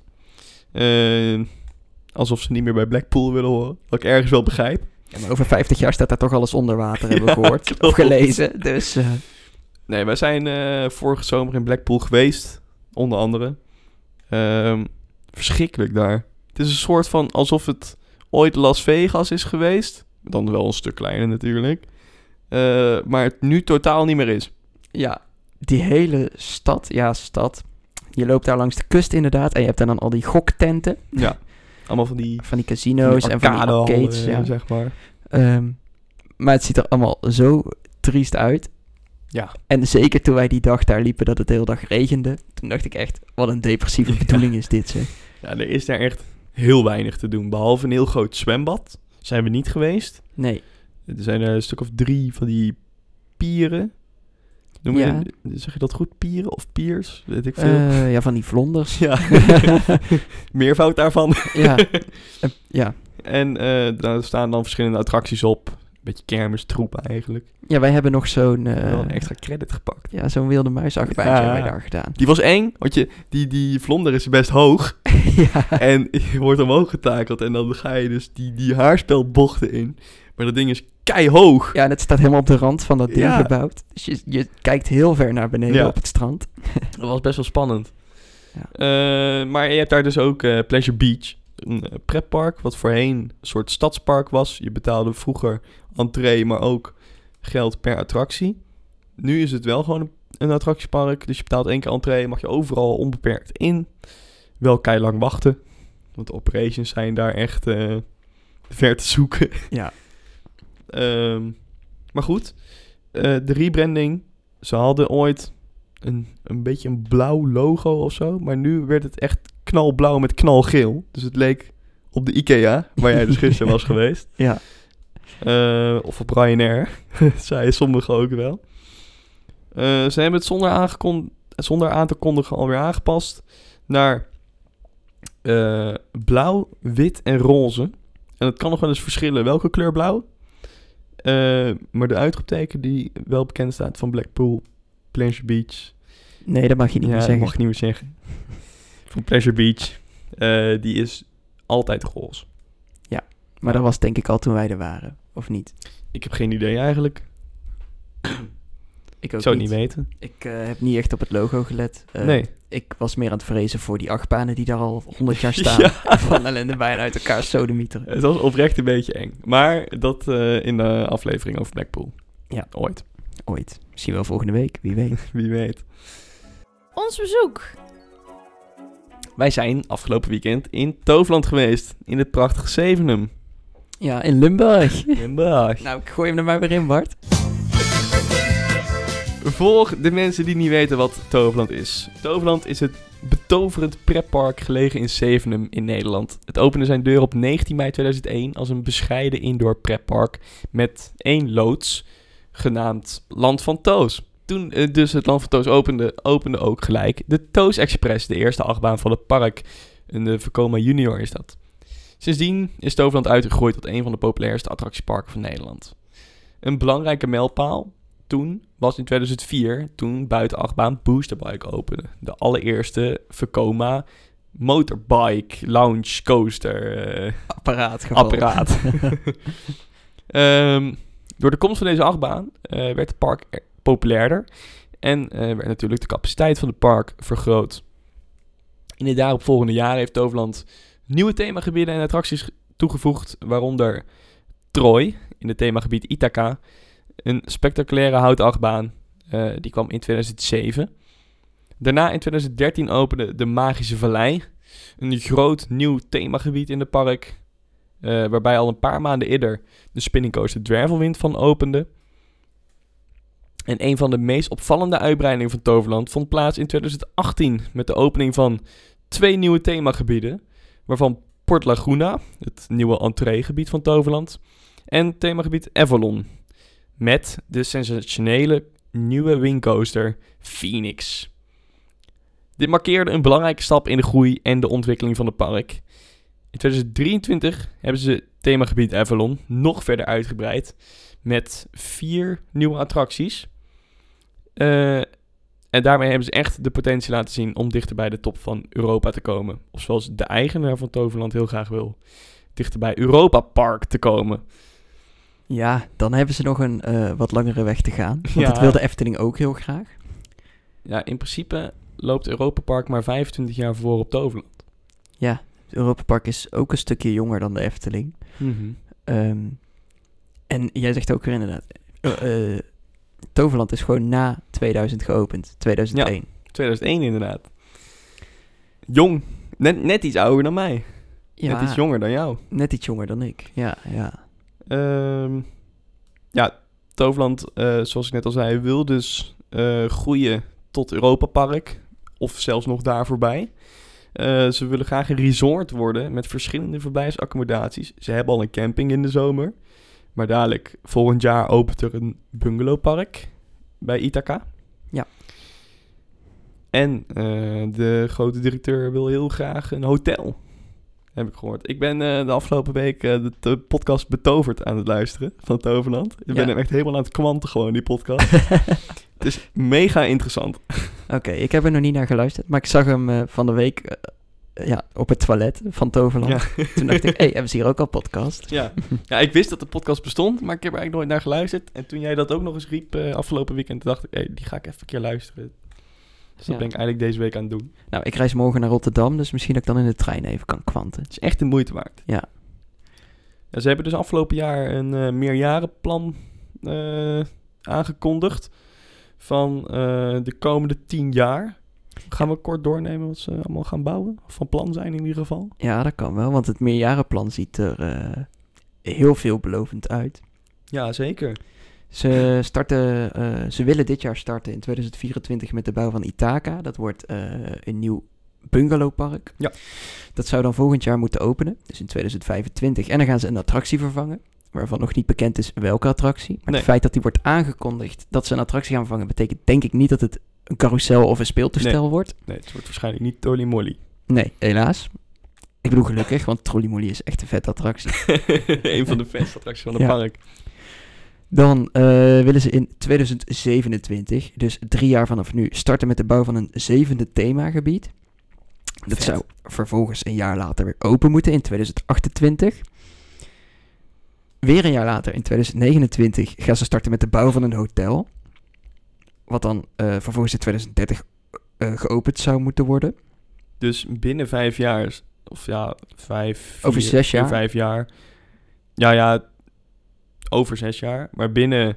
Speaker 1: Ehm, alsof ze niet meer bij Blackpool willen horen, wat ik ergens wel begrijp.
Speaker 2: Ja, maar over vijftig jaar staat daar toch alles onder water, hebben we
Speaker 1: Ja,
Speaker 2: gehoord.
Speaker 1: klopt.
Speaker 2: Of gelezen, dus... Uh,
Speaker 1: Nee, wij zijn eh, vorige zomer in Blackpool geweest, onder andere. Ehm, verschrikkelijk daar. Het is een soort van alsof het ooit Las Vegas is geweest. Dan wel een stuk kleiner natuurlijk. Uh, maar het nu totaal niet meer is.
Speaker 2: ja, die hele stad, ja, stad. Je loopt daar langs de kust inderdaad en je hebt daar dan al die goktenten.
Speaker 1: Ja, allemaal van die,
Speaker 2: Van die casino's en van die
Speaker 1: arcadehallen,
Speaker 2: arcades, ja.
Speaker 1: zeg maar.
Speaker 2: Um, maar het ziet er allemaal zo triest uit.
Speaker 1: Ja.
Speaker 2: En zeker toen wij die dag daar liepen dat het de hele dag regende. Toen dacht ik echt, wat een depressieve
Speaker 1: Ja.
Speaker 2: bedoeling is dit, zeg.
Speaker 1: Ja, er is daar echt heel weinig te doen. Behalve een heel groot zwembad. Zijn we niet geweest.
Speaker 2: Nee.
Speaker 1: Er zijn er een stuk of drie van die pieren. Noem je,
Speaker 2: Ja.
Speaker 1: zeg je dat goed? Pieren of piers? Weet ik veel.
Speaker 2: Uh, ja, van die vlonders.
Speaker 1: Ja, meervoud daarvan.
Speaker 2: ja. Uh, ja.
Speaker 1: En uh, daar staan dan verschillende attracties op. Een beetje kermistroep eigenlijk.
Speaker 2: Ja, wij hebben nog zo'n... Uh,
Speaker 1: Wel een extra credit gepakt.
Speaker 2: Ja, zo'n wilde muisachtbaantje
Speaker 1: Ja.
Speaker 2: hebben wij daar gedaan.
Speaker 1: Die was eng, want je, die, die vlonder is best hoog.
Speaker 2: ja.
Speaker 1: En je wordt omhoog getakeld en dan ga je dus die, die haarspelbochten in. Maar dat ding is keihoog.
Speaker 2: Ja, en het staat helemaal op de rand van dat ding
Speaker 1: Ja.
Speaker 2: gebouwd. Dus je, je kijkt heel ver naar beneden
Speaker 1: Ja.
Speaker 2: op het strand.
Speaker 1: Dat was best wel spannend.
Speaker 2: Ja.
Speaker 1: Uh, maar je hebt daar dus ook uh, Pleasure Beach. Een uh, pretpark, wat voorheen een soort stadspark was. Je betaalde vroeger entree, maar ook geld per attractie. Nu is het wel gewoon een, een attractiepark. Dus je betaalt één keer entree, mag je overal onbeperkt in. Wel keilang wachten. Want de operations zijn daar echt uh, ver te zoeken.
Speaker 2: Ja.
Speaker 1: Um, maar goed, uh, de rebranding. Ze hadden ooit een, een beetje een blauw logo of zo. Maar nu werd het echt knalblauw met knalgeel. Dus het leek op de IKEA, waar jij dus gisteren was geweest.
Speaker 2: Ja.
Speaker 1: Uh, of op Ryanair, zeiden sommigen ook wel. Uh, ze hebben het zonder, aangekon- zonder aan te kondigen alweer aangepast naar uh, blauw, wit en roze. En het kan nog wel eens verschillen welke kleur blauw. Uh, maar de uitroepteken die wel bekend staat van Blackpool, Pleasure Beach.
Speaker 2: Nee, dat mag je niet
Speaker 1: ja,
Speaker 2: meer zeggen.
Speaker 1: dat mag je niet meer zeggen. Van Pleasure Beach, uh, die is altijd roze.
Speaker 2: Ja, maar dat was denk ik al toen wij er waren, of niet?
Speaker 1: Ik heb geen idee eigenlijk.
Speaker 2: Ik ook
Speaker 1: Ik zou het
Speaker 2: niet.
Speaker 1: niet weten.
Speaker 2: Ik uh, heb niet echt op het logo gelet. Uh,
Speaker 1: nee.
Speaker 2: Ik was meer aan het vrezen voor die achtbanen die daar al honderd jaar staan.
Speaker 1: Ja.
Speaker 2: Van ellende bijna uit elkaar sodemieteren.
Speaker 1: Het was oprecht een beetje eng. Maar dat uh, in de aflevering over Blackpool.
Speaker 2: Ja.
Speaker 1: Ooit.
Speaker 2: Ooit. Misschien wel volgende week, wie weet.
Speaker 1: Wie weet.
Speaker 3: Ons bezoek.
Speaker 1: Wij zijn afgelopen weekend in Toverland geweest. In het prachtige Zevenum.
Speaker 2: Ja, in Limburg.
Speaker 1: Limburg.
Speaker 2: Nou, ik gooi hem er maar weer in, Bart.
Speaker 1: Voor de mensen die niet weten wat Toverland is. Toverland is het betoverend pretpark gelegen in Zevenum in Nederland. Het opende zijn deur op negentien mei tweeduizend één als een bescheiden indoor pretpark met één loods, genaamd Land van Toos. Toen uh, dus het Land van Toos opende, opende ook gelijk de Toos Express, de eerste achtbaan van het park. Een uh, Vekoma Junior is dat. Sindsdien is Toverland uitgegroeid tot een van de populairste attractieparken van Nederland. Een belangrijke mijlpaal toen was in tweeduizend vier, toen buitenachtbaan Boosterbike opende. De allereerste Vekoma motorbike lounge coaster uh,
Speaker 2: apparaat. Geval.
Speaker 1: apparaat. um, door de komst van deze achtbaan uh, werd het park populairder en uh, werd natuurlijk de capaciteit van het park vergroot. In de daaropvolgende jaren heeft Toverland nieuwe themagebieden en attracties toegevoegd, waaronder Troy in het themagebied Ithaca. Een spectaculaire houten achtbaan, uh, die kwam in tweeduizend zeven. Daarna in tweeduizend dertien opende de Magische Vallei, een groot nieuw themagebied in het park, uh, waarbij al een paar maanden eerder de spinning coaster Dwervelwind van opende. En een van de meest opvallende uitbreidingen van Toverland vond plaats in tweeduizend achttien met de opening van twee nieuwe themagebieden, waarvan Port Laguna, het nieuwe entreegebied van Toverland, en themagebied Avalon, met de sensationele nieuwe wingcoaster Phoenix. Dit markeerde een belangrijke stap in de groei en de ontwikkeling van het park. In tweeduizend drieëntwintig hebben ze het themagebied Avalon nog verder uitgebreid met vier nieuwe attracties. Uh, en daarmee hebben ze echt de potentie laten zien om dichter bij de top van Europa te komen. Of zoals de eigenaar van Toverland heel graag wil, dichter bij Europa Park te komen.
Speaker 2: Ja, dan hebben ze nog een uh, wat langere weg te gaan. Want
Speaker 1: Ja.
Speaker 2: dat wil de Efteling ook heel graag.
Speaker 1: Ja, in principe loopt Europa Park maar vijfentwintig jaar voor op Toverland.
Speaker 2: Ja, het Europa Park is ook een stukje jonger dan de Efteling.
Speaker 1: Mm-hmm.
Speaker 2: Um, en jij zegt ook weer inderdaad, uh, uh, Toverland is gewoon na tweeduizend geopend, tweeduizend één.
Speaker 1: Ja, tweeduizend één inderdaad. Jong, net, net iets ouder dan mij.
Speaker 2: Ja,
Speaker 1: Net iets jonger dan jou.
Speaker 2: net iets jonger dan ik, ja, ja.
Speaker 1: Um, ja, Toverland, uh, zoals ik net al zei, wil dus uh, groeien tot Europa Park. Of zelfs nog daar voorbij. Uh, ze willen graag een resort worden met verschillende verblijfsaccommodaties. Ze hebben al een camping in de zomer. Maar dadelijk, volgend jaar, opent er een bungalowpark bij Ithaca.
Speaker 2: Ja.
Speaker 1: En uh, de grote directeur wil heel graag een hotel. Heb ik gehoord. Ik ben uh, de afgelopen week uh, de, de podcast Betoverd aan het luisteren van Toverland. Ik
Speaker 2: Ja.
Speaker 1: ben hem echt helemaal aan het kwanten gewoon, die podcast. Het is mega interessant.
Speaker 2: Oké, okay, ik heb er nog niet naar geluisterd, maar ik zag hem uh, van de week uh, ja, op het toilet van Toverland.
Speaker 1: Ja.
Speaker 2: Toen dacht ik, hé, hey, hebben ze hier ook al podcast?
Speaker 1: Ja. ja, ik wist dat de podcast bestond, maar ik heb er eigenlijk nooit naar geluisterd. En toen jij dat ook nog eens riep uh, afgelopen weekend, dacht ik, hé, hey, die ga ik even een keer luisteren. Dus dat
Speaker 2: Ja.
Speaker 1: ben ik eigenlijk deze week aan het doen.
Speaker 2: Nou, ik reis morgen naar Rotterdam, dus misschien dat ik dan in de trein even kan kwanten.
Speaker 1: Het is echt de moeite waard.
Speaker 2: Ja.
Speaker 1: Ja, ze hebben dus afgelopen jaar een uh, meerjarenplan uh, aangekondigd van uh, de komende tien jaar. Gaan we kort doornemen wat ze allemaal gaan bouwen? Of van plan zijn in ieder geval?
Speaker 2: Ja, dat kan wel, want het meerjarenplan ziet er uh, heel veelbelovend uit.
Speaker 1: Ja, zeker.
Speaker 2: Ze, starten, uh, ze willen dit jaar starten in tweeduizend vierentwintig met de bouw van Ithaca. Dat wordt uh, een nieuw bungalowpark.
Speaker 1: Ja.
Speaker 2: Dat zou dan volgend jaar moeten openen, dus in tweeduizend vijfentwintig. En dan gaan ze een attractie vervangen, waarvan nog niet bekend is welke attractie. Maar
Speaker 1: Nee.
Speaker 2: het feit dat die wordt aangekondigd dat ze een attractie gaan vervangen, betekent denk ik niet dat het een carousel of een speeltoestel
Speaker 1: Nee.
Speaker 2: wordt.
Speaker 1: Nee, het wordt waarschijnlijk niet Tolly Molly.
Speaker 2: Nee, helaas. Ik bedoel gelukkig, want Trolley Molly is echt een vette attractie.
Speaker 1: Een van de vetste attracties van het
Speaker 2: Ja.
Speaker 1: park.
Speaker 2: Dan uh, willen ze in tweeduizend zevenentwintig, dus drie jaar vanaf nu, starten met de bouw van een zevende themagebied. Dat
Speaker 1: Vet.
Speaker 2: zou vervolgens een jaar later weer open moeten in tweeduizend achtentwintig. Weer een jaar later, in tweeduizend negenentwintig, gaan ze starten met de bouw van een hotel. Wat dan uh, vervolgens in tweeduizend dertig uh, geopend zou moeten worden.
Speaker 1: Dus binnen vijf jaar, of ja, vijf... Vier,
Speaker 2: Over zes jaar.
Speaker 1: Vijf jaar. Ja, ja, over zes jaar. Maar binnen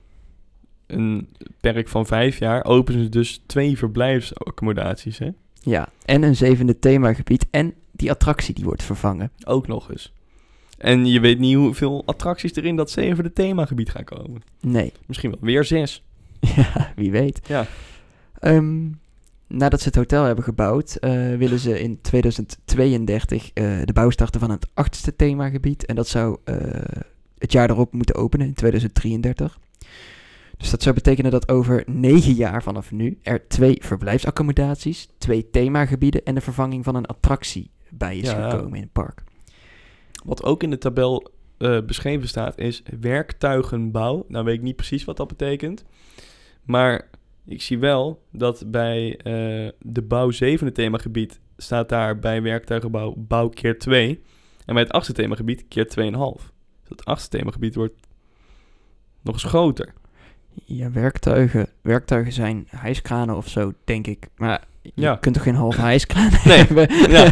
Speaker 1: een perk van vijf jaar openen ze dus twee verblijfsaccommodaties, hè?
Speaker 2: Ja, en een zevende themagebied en die attractie die wordt vervangen.
Speaker 1: Ook nog eens. En je weet niet hoeveel attracties er in dat zevende themagebied gaan komen.
Speaker 2: Nee.
Speaker 1: Misschien wel weer zes.
Speaker 2: Ja, wie weet.
Speaker 1: Ja.
Speaker 2: Um, nadat ze het hotel hebben gebouwd, uh, willen ze in tweeduizend tweeëndertig uh, de bouw starten van het achtste themagebied. En dat zou uh, het jaar erop moeten openen, in tweeduizend drieëndertig. Dus dat zou betekenen dat over negen jaar vanaf nu er twee verblijfsaccommodaties, twee themagebieden en de vervanging van een attractie bij is
Speaker 1: Ja.
Speaker 2: gekomen in het park.
Speaker 1: Wat ook in de tabel uh, beschreven staat is werktuigenbouw. Nou weet ik niet precies wat dat betekent. Maar ik zie wel dat bij uh, de bouw zevende themagebied staat daar bij werktuigenbouw bouw keer twee. En bij het achtste themagebied keer twee komma vijf. Dus het achtste themagebied wordt nog eens groter.
Speaker 2: Ja, werktuigen, werktuigen zijn hijskranen of zo, denk ik. Maar je
Speaker 1: Ja.
Speaker 2: kunt toch geen halve hijskraan
Speaker 1: Nee.
Speaker 2: hebben?
Speaker 1: Ja.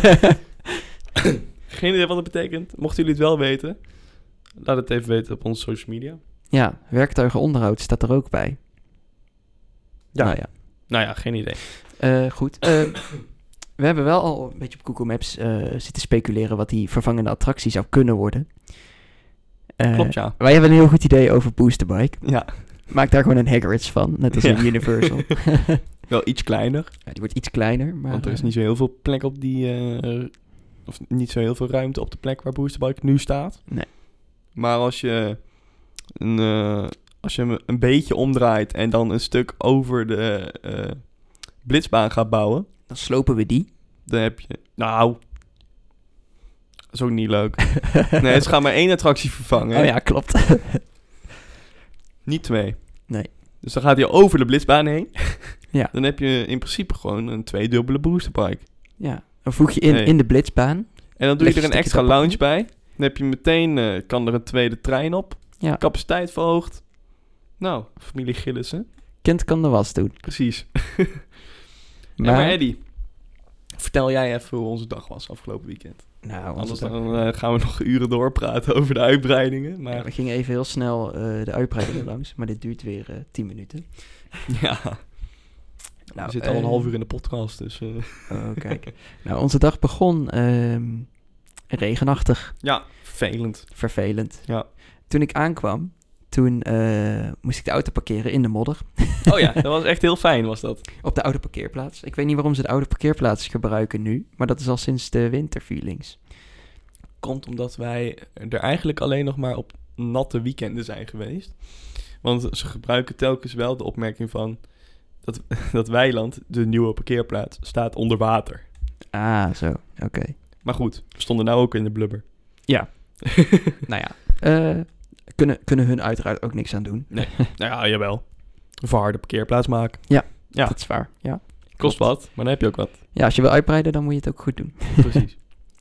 Speaker 1: Geen idee wat het betekent. Mochten jullie het wel weten, laat het even weten op onze social media.
Speaker 2: Ja, werktuigenonderhoud staat er ook bij.
Speaker 1: Ja.
Speaker 2: Nou ja.
Speaker 1: Nou ja, geen idee.
Speaker 2: Uh, goed. Uh, we hebben wel al een beetje op Google Maps uh, zitten speculeren wat die vervangende attractie zou kunnen worden. Uh,
Speaker 1: Klopt, ja.
Speaker 2: Wij hebben een heel goed idee over Boosterbike.
Speaker 1: Ja,
Speaker 2: Maak daar gewoon een Hagrid's van, net als
Speaker 1: Ja.
Speaker 2: in Universal.
Speaker 1: wel iets kleiner.
Speaker 2: Ja, die wordt iets kleiner, maar...
Speaker 1: Want er is
Speaker 2: uh,
Speaker 1: niet zo heel veel plek op die... Uh, of niet zo heel veel ruimte op de plek waar Boosterbike nu staat.
Speaker 2: Nee.
Speaker 1: Maar als je, een, uh, als je hem een beetje omdraait en dan een stuk over de uh, blitzbaan gaat bouwen,
Speaker 2: dan slopen we die.
Speaker 1: dan heb je... Nou, dat is ook niet leuk. Nee, ze gaan maar één attractie vervangen.
Speaker 2: Oh ja, klopt.
Speaker 1: Niet twee.
Speaker 2: Nee.
Speaker 1: Dus dan gaat hij over de blitzbaan heen.
Speaker 2: Ja.
Speaker 1: Dan heb je in principe gewoon een tweedubbele Boosterbike.
Speaker 2: Ja, dan voeg je in,
Speaker 1: Nee.
Speaker 2: in de blitzbaan.
Speaker 1: En dan doe
Speaker 2: Leg
Speaker 1: je
Speaker 2: je
Speaker 1: er een
Speaker 2: een
Speaker 1: extra
Speaker 2: stukje
Speaker 1: lounge bij. Dan heb je meteen, uh, kan er een tweede trein op.
Speaker 2: Ja,
Speaker 1: Capaciteit verhoogd. Nou, familie Gillissen.
Speaker 2: kind kan de was doen.
Speaker 1: Precies.
Speaker 2: Maar,
Speaker 1: Maar, maar Eddie, vertel jij even hoe onze dag was afgelopen weekend.
Speaker 2: nou,
Speaker 1: Anders
Speaker 2: onze dag-
Speaker 1: dan uh, gaan we nog uren doorpraten over de uitbreidingen. Maar
Speaker 2: Ja, we gingen even heel snel uh, de uitbreidingen langs, maar dit duurt weer uh, tien minuten.
Speaker 1: ja,
Speaker 2: Nou,
Speaker 1: we zitten al een
Speaker 2: eh,
Speaker 1: half uur in de podcast. Dus uh,
Speaker 2: Oh, kijk. Nou, onze dag begon um, regenachtig,
Speaker 1: ja, vervelend.
Speaker 2: vervelend.
Speaker 1: Ja.
Speaker 2: Toen ik aankwam, toen uh, moest ik de auto parkeren in de modder.
Speaker 1: Oh ja, dat was echt heel fijn was dat.
Speaker 2: Op de oude parkeerplaats. Ik weet niet waarom ze de oude parkeerplaats gebruiken nu, maar dat is al sinds de winterfeelings.
Speaker 1: Komt omdat wij er eigenlijk alleen nog maar op natte weekenden zijn geweest. Want ze gebruiken telkens wel de opmerking van dat, dat weiland, de nieuwe parkeerplaats, staat onder water.
Speaker 2: Ah, zo. Oké. Okay.
Speaker 1: Maar goed, we stonden nou ook in de blubber.
Speaker 2: Ja. Nou ja, uh, kunnen, kunnen hun uiteraard ook niks aan doen.
Speaker 1: Nee, nou ja, jawel. Een verharde parkeerplaats maken.
Speaker 2: Ja,
Speaker 1: Ja.
Speaker 2: dat is waar. Ja.
Speaker 1: Kost wat, maar dan heb je ook wat.
Speaker 2: Ja, als je wil uitbreiden, dan moet je het ook goed doen.
Speaker 1: Precies.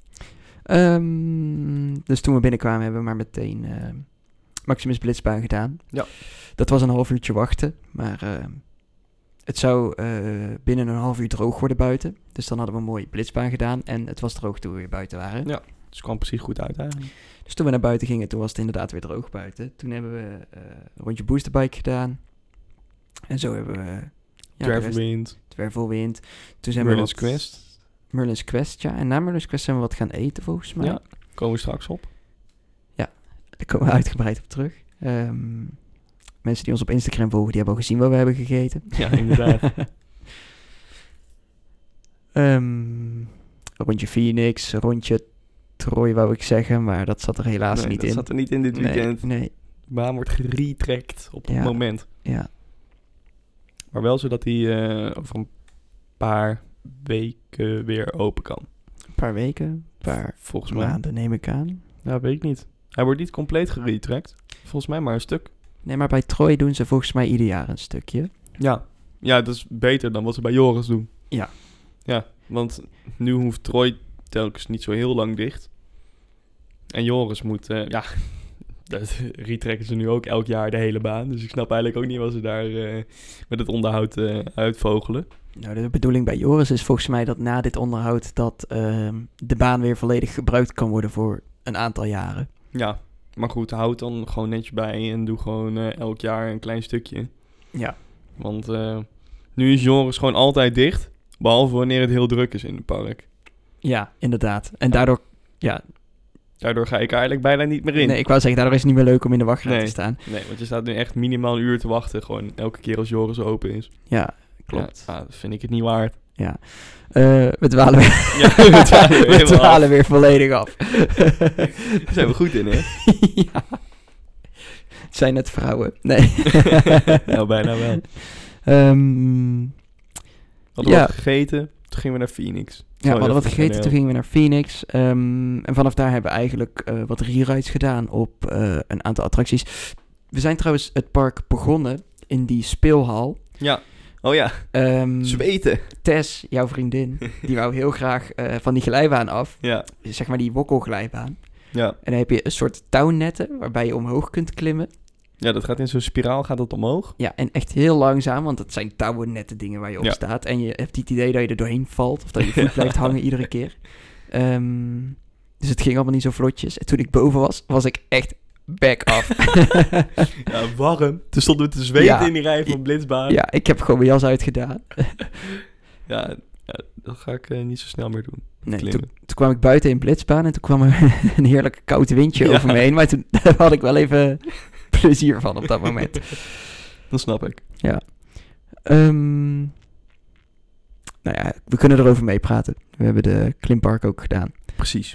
Speaker 2: Um, dus toen we binnenkwamen hebben we maar meteen uh, Maximus Blitzbaan gedaan.
Speaker 1: Ja.
Speaker 2: Dat was een half uurtje wachten, maar uh, het zou uh, binnen een half uur droog worden buiten. Dus dan hadden we een mooie Blitzbaan gedaan en het was droog toen we weer buiten waren.
Speaker 1: Ja, dus het kwam precies goed uit eigenlijk.
Speaker 2: Dus toen we naar buiten gingen, toen was het inderdaad weer droog buiten. Toen hebben we uh, een rondje boosterbike gedaan. En zo hebben we... Ja,
Speaker 1: Dwervelwind.
Speaker 2: Dwervelwind. Toen zijn we
Speaker 1: Merlin's
Speaker 2: wat-
Speaker 1: Quest.
Speaker 2: Merlin's Quest, ja. En na Merlin's Quest zijn we wat gaan eten, volgens mij.
Speaker 1: Ja, komen we straks op.
Speaker 2: Daar komen we uitgebreid op terug. Um, mensen die ons op Instagram volgen, die hebben al gezien wat we hebben gegeten.
Speaker 1: Ja, inderdaad.
Speaker 2: um, rondje Phoenix, rondje Troy wou ik zeggen, maar dat zat er helaas
Speaker 1: nee,
Speaker 2: niet
Speaker 1: dat
Speaker 2: in.
Speaker 1: Dat zat er niet in dit weekend.
Speaker 2: Nee, nee.
Speaker 1: De baan wordt geretrackt op het
Speaker 2: ja.
Speaker 1: moment.
Speaker 2: Ja.
Speaker 1: Maar wel zodat hij uh, over een paar weken weer open kan.
Speaker 2: Een paar weken, een paar
Speaker 1: Volgens mij.
Speaker 2: maanden neem ik aan.
Speaker 1: Ja, weet ik niet. Hij wordt niet compleet geretrackt. Volgens mij maar een stuk.
Speaker 2: Nee, maar bij Troy doen ze volgens mij ieder jaar een stukje.
Speaker 1: Ja. Ja, dat is beter dan wat ze bij Joris doen.
Speaker 2: Ja.
Speaker 1: Ja, want nu hoeft Troy telkens niet zo heel lang dicht. En Joris moet, uh, ja, dat retrekken ze nu ook elk jaar de hele baan. Dus ik snap eigenlijk ook niet wat ze daar uh, met het onderhoud uh, uitvogelen.
Speaker 2: Nou, de bedoeling bij Joris is volgens mij dat na dit onderhoud dat uh, de baan weer volledig gebruikt kan worden voor een aantal jaren.
Speaker 1: Ja, maar goed, houd dan gewoon netjes bij en doe gewoon uh, elk jaar een klein stukje.
Speaker 2: Ja.
Speaker 1: Want uh, nu is Joris gewoon altijd dicht, behalve wanneer het heel druk is in het park.
Speaker 2: Ja, inderdaad. En daardoor, ja...
Speaker 1: Daardoor ga ik eigenlijk bijna niet meer in.
Speaker 2: Nee, ik wou zeggen, daardoor is het niet meer leuk om in de wachtrij
Speaker 1: nee,
Speaker 2: te staan.
Speaker 1: Nee, want je staat nu echt minimaal een uur te wachten, gewoon elke keer als Joris open is.
Speaker 2: Ja, klopt.
Speaker 1: Ja, ah, dat vind ik het niet waard.
Speaker 2: Ja. Uh, we dwalen weer,
Speaker 1: ja, we dwalen weer,
Speaker 2: we dwalen weer volledig af.
Speaker 1: Daar zijn we goed in, hè?
Speaker 2: Ja. Het zijn net vrouwen. Nee.
Speaker 1: Nou, bijna wel.
Speaker 2: Um,
Speaker 1: Hadden
Speaker 2: ja.
Speaker 1: we wat gegeten, toen gingen we naar Phoenix.
Speaker 2: Ja, we hadden wat gegeten, toen gingen we naar Phoenix. Um, en vanaf daar hebben we eigenlijk uh, wat re-rides gedaan op uh, een aantal attracties. We zijn trouwens het park begonnen in die speelhal.
Speaker 1: Ja, oh ja,
Speaker 2: um,
Speaker 1: zweten.
Speaker 2: Tess, jouw vriendin, die wou heel graag uh, van die glijbaan af.
Speaker 1: Ja.
Speaker 2: Zeg maar die wokkelglijbaan.
Speaker 1: Ja.
Speaker 2: En dan heb je een soort touwnetten waarbij je omhoog kunt klimmen.
Speaker 1: Ja, dat gaat in zo'n spiraal, gaat dat omhoog.
Speaker 2: Ja, en echt heel langzaam, want het zijn touwen nette dingen waar je op
Speaker 1: ja.
Speaker 2: staat. En je hebt niet het idee dat je er doorheen valt of dat je voet blijft hangen iedere keer. Um, dus het ging allemaal niet zo vlotjes. En toen ik boven was, was ik echt back af.
Speaker 1: Ja, warm. Toen stonden we te zweten
Speaker 2: ja.
Speaker 1: in die rij van Blitzbaan.
Speaker 2: Ja, ik heb gewoon mijn jas uitgedaan.
Speaker 1: ja, ja, dat ga ik uh, niet zo snel meer doen.
Speaker 2: Nee, toen, toen kwam ik buiten in Blitzbaan en toen kwam er een heerlijk koud windje
Speaker 1: ja.
Speaker 2: over me heen. Maar toen had ik wel even plezier van op dat moment.
Speaker 1: Dat snap ik.
Speaker 2: Ja. Um, nou ja, we kunnen erover meepraten. We hebben de klimpark ook gedaan.
Speaker 1: Precies.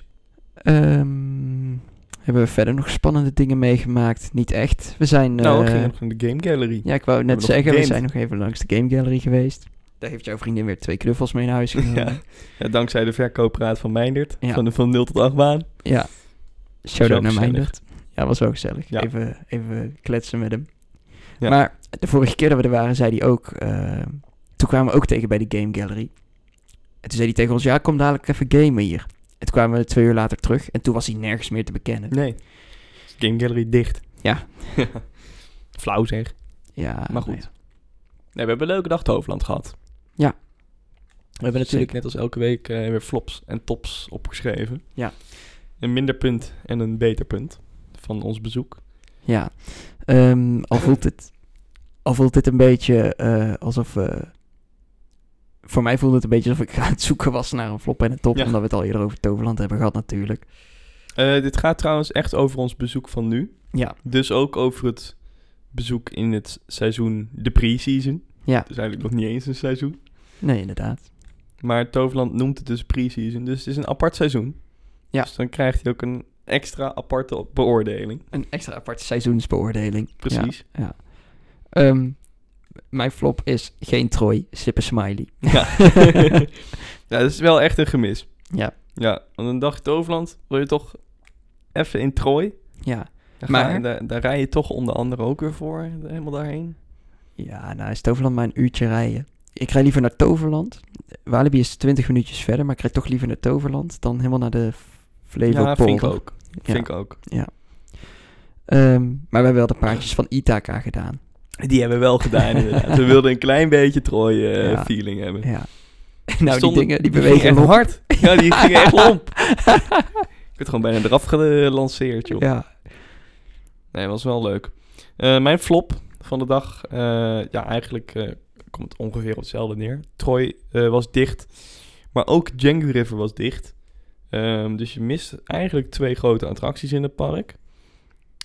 Speaker 2: Um, hebben we verder nog spannende dingen meegemaakt? Niet echt. We zijn...
Speaker 1: Nou,
Speaker 2: uh,
Speaker 1: we gingen nog in de Game Gallery.
Speaker 2: Ja, ik wou net
Speaker 1: we
Speaker 2: zeggen, we zijn nog even langs de Game Gallery geweest. Daar heeft jouw vriendin weer twee knuffels mee naar huis genomen.
Speaker 1: ja. Ja, dankzij de verkoopraad van Meindert.
Speaker 2: Ja.
Speaker 1: Van de van nul tot acht baan.
Speaker 2: Ja. Shout-out naar
Speaker 1: gezellig.
Speaker 2: Meindert. Ja, was wel gezellig.
Speaker 1: Ja.
Speaker 2: Even, even kletsen met hem.
Speaker 1: Ja.
Speaker 2: Maar de vorige keer dat we er waren, zei hij ook... Uh, toen kwamen we ook tegen bij de Game Gallery. En toen zei hij tegen ons, ja, kom dadelijk even gamen hier. En toen kwamen we twee uur later terug. En toen was hij nergens meer te bekennen.
Speaker 1: Nee. Game Gallery dicht.
Speaker 2: Ja.
Speaker 1: Flauw zeg.
Speaker 2: Ja.
Speaker 1: Maar goed.
Speaker 2: Nou ja.
Speaker 1: Nee, we hebben een leuke dag Toverland gehad.
Speaker 2: Ja.
Speaker 1: We hebben natuurlijk net als elke week uh, weer flops en tops opgeschreven.
Speaker 2: Ja.
Speaker 1: Een minder punt en een beter punt van ons bezoek.
Speaker 2: Ja. Um, al voelt het... Al voelt dit een beetje uh, alsof... Uh, voor mij voelde het een beetje alsof ik aan het zoeken was naar een flop en een top.
Speaker 1: Ja.
Speaker 2: Omdat we het al eerder over Toverland hebben gehad natuurlijk.
Speaker 1: Uh, dit gaat trouwens echt over ons bezoek van nu.
Speaker 2: Ja.
Speaker 1: Dus ook over het bezoek in het seizoen, de pre-season.
Speaker 2: Ja.
Speaker 1: Het is eigenlijk nog niet eens een seizoen.
Speaker 2: Nee, inderdaad.
Speaker 1: Maar Toverland noemt het dus pre-season. Dus het is een apart seizoen.
Speaker 2: Ja.
Speaker 1: Dus dan krijgt hij ook een extra aparte beoordeling.
Speaker 2: Een extra aparte seizoensbeoordeling.
Speaker 1: Precies.
Speaker 2: Ja. ja. Um, mijn flop is geen Troy, Sip Smiley.
Speaker 1: Ja. Ja, dat is wel echt een gemis.
Speaker 2: Ja.
Speaker 1: Ja, want een dagje Toverland wil je toch even in Troy.
Speaker 2: Ja.
Speaker 1: Daar,
Speaker 2: Maar-
Speaker 1: ga, daar, daar rij je toch onder andere ook weer voor, helemaal daarheen.
Speaker 2: Ja, nou is Toverland maar een uurtje rijden. Ik rij liever naar Toverland. Walibi is twintig minuutjes verder, maar ik rijd toch liever naar Toverland dan helemaal naar de Flevopolder.
Speaker 1: Ja, vind ik ook.
Speaker 2: Ja.
Speaker 1: Vind ik ook.
Speaker 2: Um, maar we hebben wel de paardjes van Ithaca gedaan.
Speaker 1: Die hebben we wel gedaan inderdaad. We wilden een klein beetje Troy uh,
Speaker 2: Ja.
Speaker 1: feeling hebben.
Speaker 2: Ja. Nou, die
Speaker 1: Stonden-
Speaker 2: dingen, die
Speaker 1: gingen
Speaker 2: bewegen
Speaker 1: echt
Speaker 2: lomp.
Speaker 1: hard. Ja, die gingen echt lomp. Ik werd gewoon bijna eraf gelanceerd, joh.
Speaker 2: Ja.
Speaker 1: Nee, was wel leuk. Uh, mijn flop van de dag, uh, ja, eigenlijk uh, komt het ongeveer op hetzelfde neer. Troy uh, was dicht, maar ook Django River was dicht. Um, dus je mist eigenlijk twee grote attracties in het park.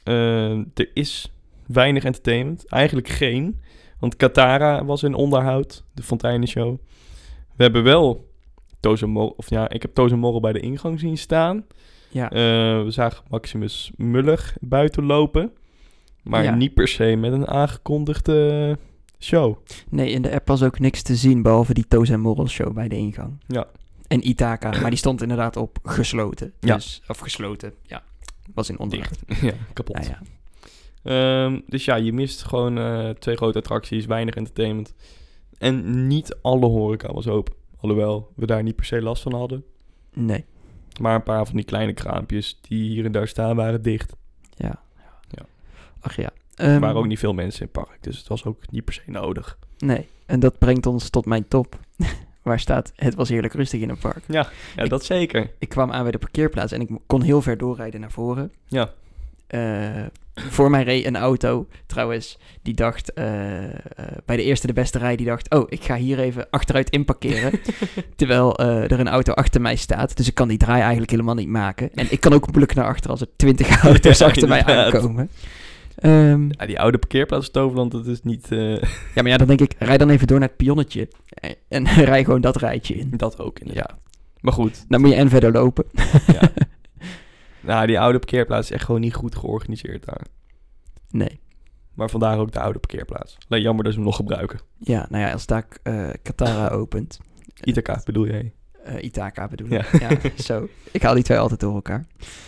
Speaker 1: Uh, er is weinig entertainment. Eigenlijk geen. Want Katara was in onderhoud. De Fonteinenshow. We hebben wel Tozemorrel... Of ja, ik heb Tozemorrel bij de ingang zien staan.
Speaker 2: Ja.
Speaker 1: Uh, we zagen Maximus Muller buiten lopen. Maar
Speaker 2: Ja.
Speaker 1: niet per se met een aangekondigde show.
Speaker 2: Nee, in de app was ook niks te zien, behalve die Toos en Morrel show bij de ingang.
Speaker 1: Ja.
Speaker 2: En Ithaca, maar die stond inderdaad op gesloten.
Speaker 1: Ja.
Speaker 2: Dus, of gesloten, ja. Was in onderhoud.
Speaker 1: ja, kapot.
Speaker 2: Ja, ja.
Speaker 1: Um, dus ja, je mist gewoon uh, twee grote attracties, weinig entertainment. En niet alle horeca was open. Alhoewel we daar niet per se last van hadden.
Speaker 2: Nee.
Speaker 1: Maar een paar van die kleine kraampjes die hier en daar staan waren dicht.
Speaker 2: Ja.
Speaker 1: Ja.
Speaker 2: Ach ja.
Speaker 1: Er
Speaker 2: Um,
Speaker 1: waren ook niet veel mensen in het park, dus het was ook niet per se nodig.
Speaker 2: Nee, en dat brengt ons tot mijn top. Waar staat, het was heerlijk rustig in een park.
Speaker 1: Ja, ja
Speaker 2: Ik-
Speaker 1: dat zeker.
Speaker 2: Ik kwam aan bij de parkeerplaats en ik kon heel ver doorrijden naar voren.
Speaker 1: Ja.
Speaker 2: Uh, voor mij reed een auto, trouwens, die dacht, uh, uh, bij de eerste de beste rij, die dacht, oh, ik ga hier even achteruit inparkeren. Terwijl uh, er een auto achter mij staat, dus ik kan die draai eigenlijk helemaal niet maken. En ik kan ook moeilijk naar achter als er twintig auto's
Speaker 1: Ja,
Speaker 2: achter mij
Speaker 1: inderdaad.
Speaker 2: aankomen. Um,
Speaker 1: Ja, die oude parkeerplaats Toverland, dat is niet... Uh,
Speaker 2: ja, maar ja, dan denk ik, rij dan even door naar het pionnetje en, en rij gewoon dat rijtje in.
Speaker 1: dat ook inderdaad. Maar goed,
Speaker 2: Dan moet je en verder lopen.
Speaker 1: ja. Nou, die oude parkeerplaats is echt gewoon niet goed georganiseerd daar.
Speaker 2: Nee.
Speaker 1: Maar vandaar ook de oude parkeerplaats. Alleen jammer dat ze hem nog gebruiken.
Speaker 2: Ja, nou ja, als daar uh, Katara opent.
Speaker 1: Ithaca bedoel jij?
Speaker 2: Uh, Ithaca bedoel
Speaker 1: Ja.
Speaker 2: ik. Ja, zo. Ik haal die twee altijd door elkaar.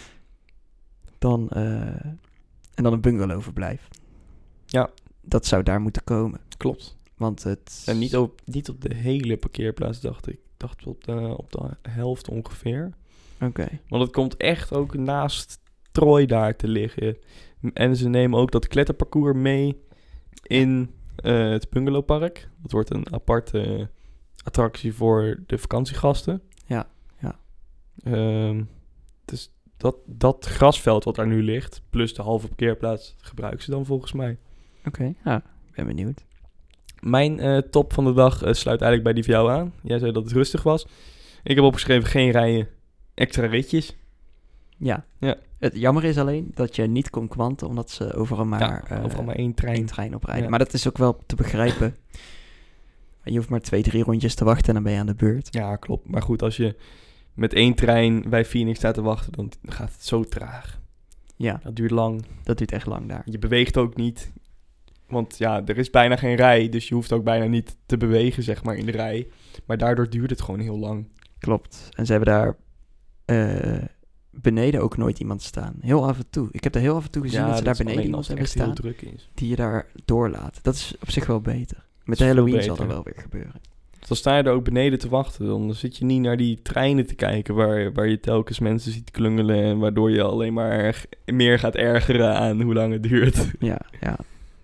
Speaker 2: Dan, uh, en dan een bungalowverblijf.
Speaker 1: Ja.
Speaker 2: Dat zou daar moeten komen.
Speaker 1: Klopt.
Speaker 2: Want het...
Speaker 1: En niet op, niet op de hele parkeerplaats, dacht ik. Ik dacht op de, op de helft ongeveer.
Speaker 2: Oké. Okay.
Speaker 1: Want het komt echt ook naast Troy daar te liggen. En ze nemen ook dat kletterparcours mee in uh, het bungalowpark. Dat wordt een aparte attractie voor de vakantiegasten.
Speaker 2: Ja, ja.
Speaker 1: Um, dus dat, dat grasveld wat daar nu ligt, plus de halve parkeerplaats, gebruiken ze dan volgens mij.
Speaker 2: Oké, okay, ja, ik ben benieuwd.
Speaker 1: Mijn uh, top van de dag uh, sluit eigenlijk bij die van jou aan. Jij zei dat het rustig was. Ik heb opgeschreven geen rijen, extra ritjes.
Speaker 2: Ja.
Speaker 1: ja.
Speaker 2: Het jammer is alleen dat je niet kon kwanten, omdat ze overal maar,
Speaker 1: ja,
Speaker 2: uh,
Speaker 1: overal maar één trein,
Speaker 2: één trein oprijden.
Speaker 1: Ja.
Speaker 2: Maar dat is ook wel te begrijpen. Je hoeft maar twee, drie rondjes te wachten en dan ben je aan de beurt.
Speaker 1: Ja, klopt. Maar goed, als je met één trein bij Phoenix staat te wachten, dan gaat het zo traag.
Speaker 2: Ja.
Speaker 1: Dat duurt lang.
Speaker 2: Dat duurt echt lang daar.
Speaker 1: Je beweegt ook niet. Want ja, er is bijna geen rij, dus je hoeft ook bijna niet te bewegen, zeg maar, in de rij. Maar daardoor duurt het gewoon heel lang.
Speaker 2: Klopt. En ze hebben daar uh, beneden ook nooit iemand staan. Heel af en toe. Ik heb er heel af en toe gezien
Speaker 1: ja,
Speaker 2: dat ze
Speaker 1: dat
Speaker 2: daar beneden iemand hebben staan.
Speaker 1: Heel druk is.
Speaker 2: Die je daar doorlaat. Dat is op zich wel beter. Met
Speaker 1: de
Speaker 2: Halloween zal er wel weer gebeuren.
Speaker 1: Dan sta je er ook beneden te wachten. Dan zit je niet naar die treinen te kijken waar, waar je telkens mensen ziet klungelen. En waardoor je alleen maar meer gaat ergeren aan hoe lang het duurt.
Speaker 2: Ja, ja.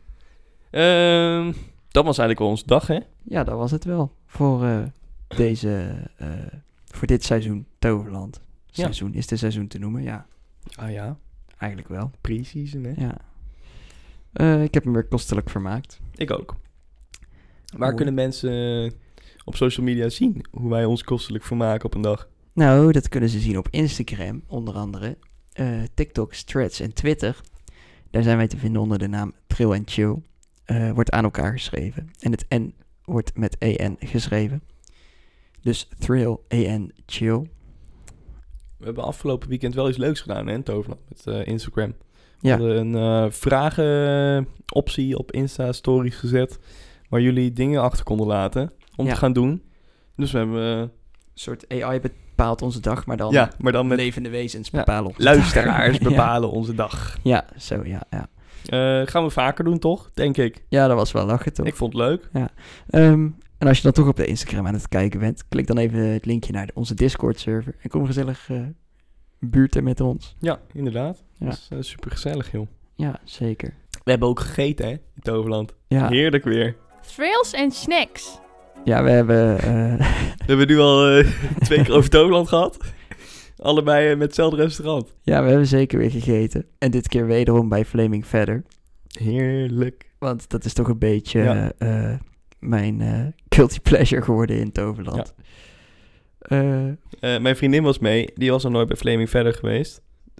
Speaker 1: Um, dat was eigenlijk al onze dag, hè?
Speaker 2: Ja, dat was het wel. Voor uh, deze, uh, voor dit seizoen Toverland. Seizoen, ja. Is het seizoen te noemen? Ja.
Speaker 1: Ah ja.
Speaker 2: Eigenlijk wel.
Speaker 1: Pre-season, hè?
Speaker 2: Ja. Uh, ik heb hem weer kostelijk vermaakt.
Speaker 1: Ik ook. Waar Oei. kunnen mensen op social media zien hoe wij ons kostelijk vermaken op een dag?
Speaker 2: Nou, dat kunnen ze zien op Instagram, onder andere. Uh, TikTok, Threads en Twitter. Daar zijn wij te vinden onder de naam Trill and Chill. Uh, wordt aan elkaar geschreven. En het N wordt met E N geschreven. Dus Thrill, E N, Chill.
Speaker 1: We hebben afgelopen weekend wel iets leuks gedaan, hè, in Toverland, met uh, Instagram. We
Speaker 2: ja.
Speaker 1: hadden een uh, vragenoptie op Insta-stories gezet, waar jullie dingen achter konden laten om ja. te gaan doen. Dus we hebben... Uh,
Speaker 2: een soort A I bepaalt onze dag, maar dan,
Speaker 1: ja, maar dan met
Speaker 2: levende wezens bepalen
Speaker 1: ja,
Speaker 2: onze
Speaker 1: luisteraars
Speaker 2: dag.
Speaker 1: bepalen
Speaker 2: ja.
Speaker 1: onze dag.
Speaker 2: Ja, zo, ja, ja.
Speaker 1: Uh, gaan we vaker doen, toch? Denk ik.
Speaker 2: Ja, dat was wel lachen, toch?
Speaker 1: Ik vond het leuk.
Speaker 2: Ja. Um, en als je dan toch op de Instagram aan het kijken bent, klik dan even het linkje naar de, onze Discord-server en kom gezellig uh, buurten met ons.
Speaker 1: Ja, inderdaad.
Speaker 2: Ja.
Speaker 1: Dat is uh, super gezellig, joh.
Speaker 2: Ja, zeker.
Speaker 1: We hebben ook gegeten, hè, in Toverland.
Speaker 2: Ja.
Speaker 1: Heerlijk weer.
Speaker 3: Thrills en snacks.
Speaker 2: Ja, we hebben... Uh...
Speaker 1: we hebben nu al uh, twee keer over Toverland gehad. Allebei uh, met hetzelfde restaurant.
Speaker 2: Ja, we hebben zeker weer gegeten. En dit keer wederom bij Flaming Feather.
Speaker 1: Heerlijk.
Speaker 2: Want dat is toch een beetje
Speaker 1: ja.
Speaker 2: uh, mijn uh, guilty pleasure geworden in Toverland.
Speaker 1: Ja. Uh, uh, mijn vriendin was mee. Die was nog nooit bij Flaming Feather geweest.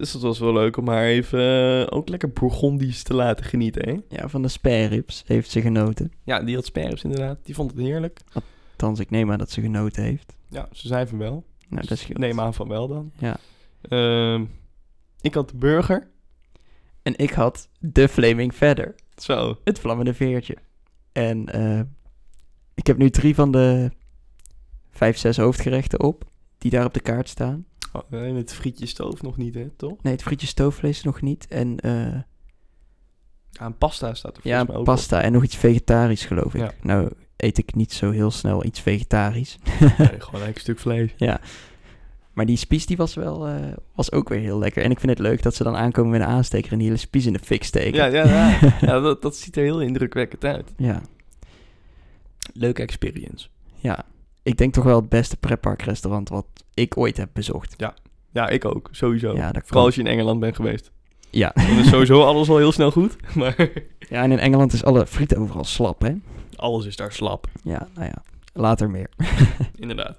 Speaker 1: Dus dat was wel leuk om haar even uh, ook lekker Bourgondisch te laten genieten, hè?
Speaker 2: Ja, van de spare ribs heeft ze genoten.
Speaker 1: Ja, die had sparrows inderdaad. Die vond het heerlijk.
Speaker 2: Althans, ik neem aan dat ze genoten heeft.
Speaker 1: Ja, ze zei van wel.
Speaker 2: Nou, dat is goed.
Speaker 1: Neem aan van wel dan.
Speaker 2: Ja.
Speaker 1: Uh, ik had de burger.
Speaker 2: En ik had de Flaming Feather.
Speaker 1: Zo.
Speaker 2: Het vlammende veertje. En uh, ik heb nu drie van de vijf, zes hoofdgerechten op. Die daar op de kaart staan.
Speaker 1: Oh, en het frietje stoof nog niet, hè, toch?
Speaker 2: Nee, het frietje stoofvlees nog niet. En uh,
Speaker 1: ja, een pasta staat er
Speaker 2: ja,
Speaker 1: volgens mij ook
Speaker 2: pasta
Speaker 1: op.
Speaker 2: En nog iets vegetarisch, geloof ik.
Speaker 1: Ja.
Speaker 2: Nou, eet ik niet zo heel snel iets vegetarisch.
Speaker 1: Nee, gewoon een stuk vlees.
Speaker 2: Ja. Maar die spies die was wel uh, was ook weer heel lekker. En ik vind het leuk dat ze dan aankomen met een aansteker en die hele spies in de fik steken.
Speaker 1: Ja, ja, ja. ja dat, dat ziet er heel indrukwekkend uit.
Speaker 2: Ja.
Speaker 1: Leuke experience.
Speaker 2: Ja. Ik denk toch wel het beste pretparkrestaurant wat ik ooit heb bezocht.
Speaker 1: Ja, ja ik ook. Sowieso.
Speaker 2: Ja, dat
Speaker 1: Vooral als je in Engeland bent geweest.
Speaker 2: Ja.
Speaker 1: Dan is sowieso alles al heel snel goed. Maar
Speaker 2: ja, en in Engeland is alle friet overal slap, hè?
Speaker 1: alles is daar slap.
Speaker 2: Ja, nou ja. Later meer.
Speaker 1: Inderdaad.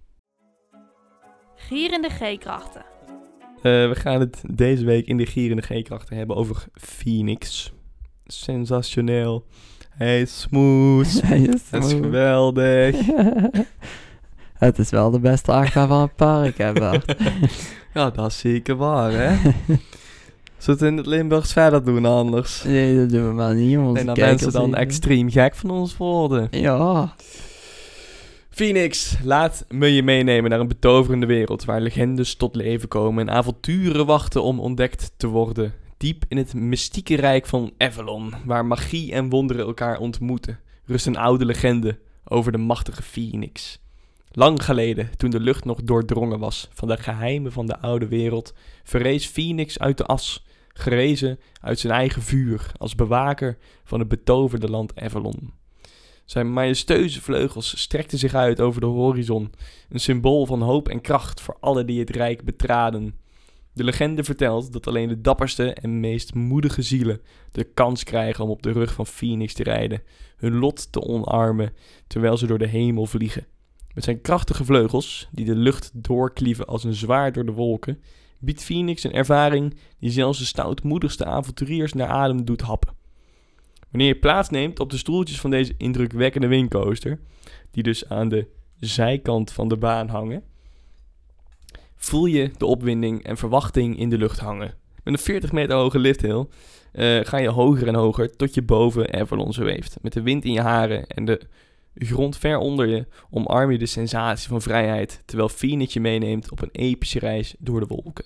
Speaker 3: Gierende G-krachten.
Speaker 1: Uh, we gaan het deze week in de Gierende G-krachten hebben over Phoenix. Sensationeel. Hij is smooth.
Speaker 2: Hij is
Speaker 1: Het is geweldig.
Speaker 2: Het is wel de beste achtbaan van het park, hè, Bart?
Speaker 1: Ja, dat is zeker waar, hè? Zullen we het in het Limburgs verder doen anders?
Speaker 2: Nee, dat doen we maar niet, om onze
Speaker 1: en dan
Speaker 2: kijkers
Speaker 1: mensen dan
Speaker 2: even.
Speaker 1: extreem gek van ons worden.
Speaker 2: Ja.
Speaker 1: Phoenix, laat me je meenemen naar een betoverende wereld waar legendes tot leven komen en avonturen wachten om ontdekt te worden. Diep in het mystieke rijk van Avalon, waar magie en wonderen elkaar ontmoeten, rust een oude legende over de machtige Phoenix. Lang geleden, toen de lucht nog doordrongen was van de geheimen van de oude wereld, verrees Phoenix uit de as, gerezen uit zijn eigen vuur, als bewaker van het betoverde land Avalon. Zijn majestueuze vleugels strekten zich uit over de horizon, een symbool van hoop en kracht voor alle die het rijk betraden. De legende vertelt dat alleen de dapperste en meest moedige zielen de kans krijgen om op de rug van Phoenix te rijden, hun lot te omarmen, terwijl ze door de hemel vliegen. Met zijn krachtige vleugels, die de lucht doorklieven als een zwaard door de wolken, biedt Phoenix een ervaring die zelfs de stoutmoedigste avonturiers naar adem doet happen. Wanneer je plaatsneemt op de stoeltjes van deze indrukwekkende wingcoaster, die dus aan de zijkant van de baan hangen, voel je de opwinding en verwachting in de lucht hangen. Met een veertig meter hoge lifthill uh, ga je hoger en hoger tot je boven Avalon zweeft. Met de wind in je haren en de grond ver onder je omarm je de sensatie van vrijheid, terwijl Phoenix je meeneemt op een epische reis door de wolken.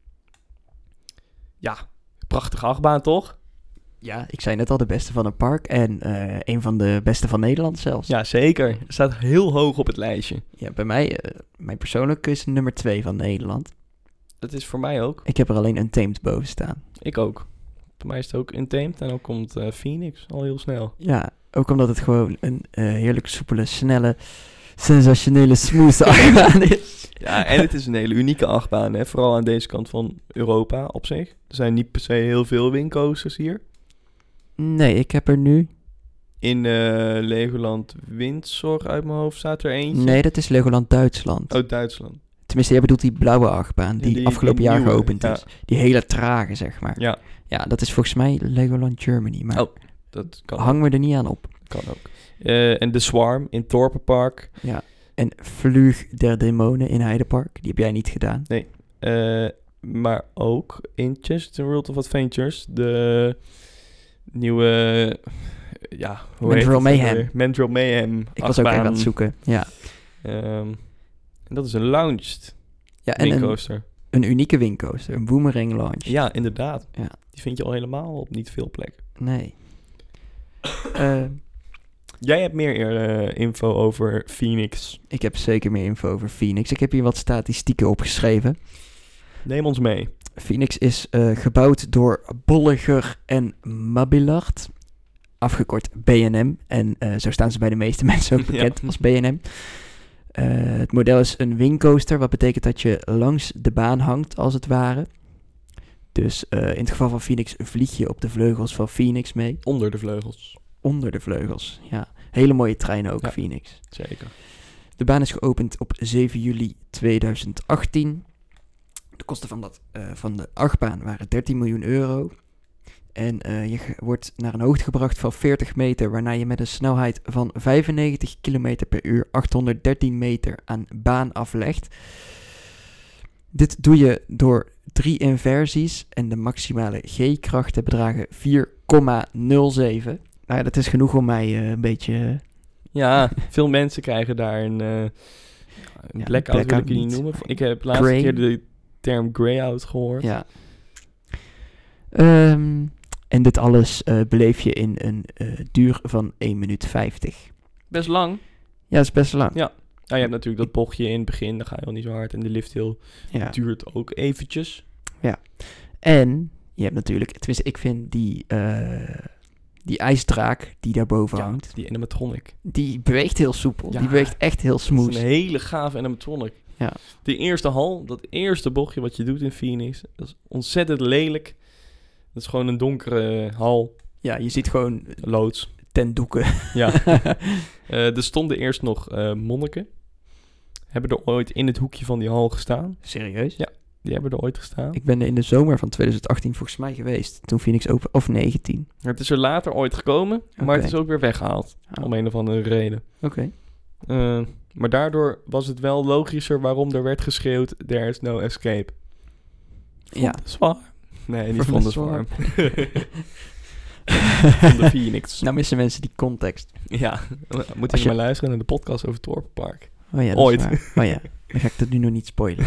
Speaker 1: Ja, prachtige achtbaan toch?
Speaker 2: Ja, ik zei net al, de beste van het park en uh, een van de beste van Nederland zelfs.
Speaker 1: Ja, zeker. Het staat heel hoog op het lijstje.
Speaker 2: Ja, bij mij, uh, mijn persoonlijk is nummer twee van Nederland.
Speaker 1: Dat is voor mij ook.
Speaker 2: Ik heb er alleen Untamed boven staan.
Speaker 1: Ik ook. Bij mij is het ook Untamed en dan komt uh, Phoenix al heel snel.
Speaker 2: Ja, ook omdat het gewoon een uh, heerlijk soepele, snelle, sensationele, smooth achtbaan is.
Speaker 1: Ja, en het is een hele unieke achtbaan, hè? Vooral aan deze kant van Europa op zich. Er zijn niet per se heel veel wingcoasters hier.
Speaker 2: Nee, ik heb er nu...
Speaker 1: In uh, Legoland Windsor uit mijn hoofd staat er eentje.
Speaker 2: Nee, dat is Legoland Duitsland.
Speaker 1: Oh, Duitsland.
Speaker 2: Tenminste, jij bedoelt die blauwe achtbaan die,
Speaker 1: Ja, die
Speaker 2: afgelopen
Speaker 1: die
Speaker 2: jaar
Speaker 1: nieuwe,
Speaker 2: geopend
Speaker 1: ja.
Speaker 2: is. Die hele trage, zeg maar.
Speaker 1: Ja.
Speaker 2: Ja, dat is volgens mij Legoland Germany. Maar
Speaker 1: Oh, dat kan
Speaker 2: hang me er niet aan op.
Speaker 1: Kan ook. Uh, en de Swarm in Thorpenpark.
Speaker 2: Ja. En Vluug der Demonen in Heidepark. Die heb jij niet gedaan.
Speaker 1: Nee. Uh, maar ook in Chesterton World of Adventures. De nieuwe... Ja, hoe
Speaker 2: Mandrill
Speaker 1: heet het?
Speaker 2: Mayhem.
Speaker 1: Mandrill Mayhem.
Speaker 2: Ik was ook even aan het zoeken. Ja.
Speaker 1: Um, en dat is een launched
Speaker 2: ja, en
Speaker 1: wingcoaster.
Speaker 2: Een, een unieke wingcoaster. Een boomerang launch.
Speaker 1: Ja, inderdaad.
Speaker 2: Ja.
Speaker 1: Die vind je al helemaal op niet veel plekken.
Speaker 2: Nee. uh,
Speaker 1: Jij hebt meer uh, info over Phoenix.
Speaker 2: Ik heb zeker meer info over Phoenix. Ik heb hier wat statistieken opgeschreven.
Speaker 1: Neem ons mee.
Speaker 2: Phoenix is uh, gebouwd door Bolliger en Mabillard. Afgekort B en M. En uh, zo staan ze bij de meeste mensen ook bekend ja. als B en M. Uh, het model is een wingcoaster. Wat betekent dat je langs de baan hangt, als het ware. Dus uh, in het geval van Phoenix vlieg je op de vleugels van Phoenix mee.
Speaker 1: Onder de vleugels.
Speaker 2: Onder de vleugels, ja. Hele mooie treinen ook, ja, Phoenix.
Speaker 1: Zeker.
Speaker 2: De baan is geopend op zeven juli tweeduizend achttien. De kosten van, dat, uh, van de achtbaan waren dertien miljoen euro. En uh, je ge- wordt naar een hoogte gebracht van veertig meter, waarna je met een snelheid van vijfennegentig kilometer per uur achthonderddertien meter aan baan aflegt. Dit doe je door drie inversies en de maximale G-krachten bedragen vier komma nul zeven. Nou ja, dat is genoeg om mij uh, een beetje... Uh,
Speaker 1: Ja, veel mensen krijgen daar een, uh, een
Speaker 2: ja,
Speaker 1: blackout, wil ik
Speaker 2: blackout
Speaker 1: je niet
Speaker 2: niet.
Speaker 1: noemen. Ik heb de laatste
Speaker 2: Gray.
Speaker 1: keer de term grey-out gehoord.
Speaker 2: Ja. Um, en dit alles uh, beleef je in een uh, duur van één minuut vijftig.
Speaker 1: Best lang.
Speaker 2: Ja, dat is best lang.
Speaker 1: Ja. Nou, je hebt natuurlijk dat bochtje in het begin, dan ga je wel niet zo hard. En de lift heel
Speaker 2: Ja.
Speaker 1: duurt ook eventjes.
Speaker 2: Ja. En je hebt natuurlijk, tenminste ik vind die, uh, die ijsdraak die daarboven
Speaker 1: Ja,
Speaker 2: hangt,
Speaker 1: die animatronic.
Speaker 2: die beweegt heel soepel.
Speaker 1: Ja,
Speaker 2: Die beweegt echt heel
Speaker 1: Dat
Speaker 2: smooth.
Speaker 1: is een hele gave animatronic.
Speaker 2: Ja.
Speaker 1: De eerste hal, dat eerste bochtje wat je doet in Phoenix, dat is ontzettend lelijk. Dat is gewoon een donkere hal,
Speaker 2: Ja, je ziet gewoon
Speaker 1: loods.
Speaker 2: tentdoeken.
Speaker 1: Ja. uh, er stonden eerst nog uh, monniken. Hebben er ooit in het hoekje van die hal gestaan.
Speaker 2: Serieus?
Speaker 1: Ja. Die hebben er ooit gestaan.
Speaker 2: Ik ben er in de zomer van twintig achttien volgens mij geweest. Toen Phoenix open, of negentien.
Speaker 1: Het is er later ooit gekomen, maar
Speaker 2: Oké.
Speaker 1: het is ook weer weggehaald.
Speaker 2: Oh.
Speaker 1: Om een of andere reden.
Speaker 2: Oké. Okay.
Speaker 1: Uh, maar daardoor was het wel logischer waarom er werd geschreeuwd, there is no escape. Vond
Speaker 2: Ja.
Speaker 1: de Swarm. Nee, niet
Speaker 2: Van
Speaker 1: van
Speaker 2: de
Speaker 1: de Swarm.
Speaker 2: Swarm.
Speaker 1: Van de Phoenix.
Speaker 2: Nou missen mensen die context.
Speaker 1: Ja, moeten
Speaker 2: Als
Speaker 1: je
Speaker 2: je-
Speaker 1: maar luisteren naar de podcast over het Dorpenpark.
Speaker 2: Oh ja, dat
Speaker 1: Ooit.
Speaker 2: is waar. Oh ja, dan ga ik dat nu nog niet spoilen.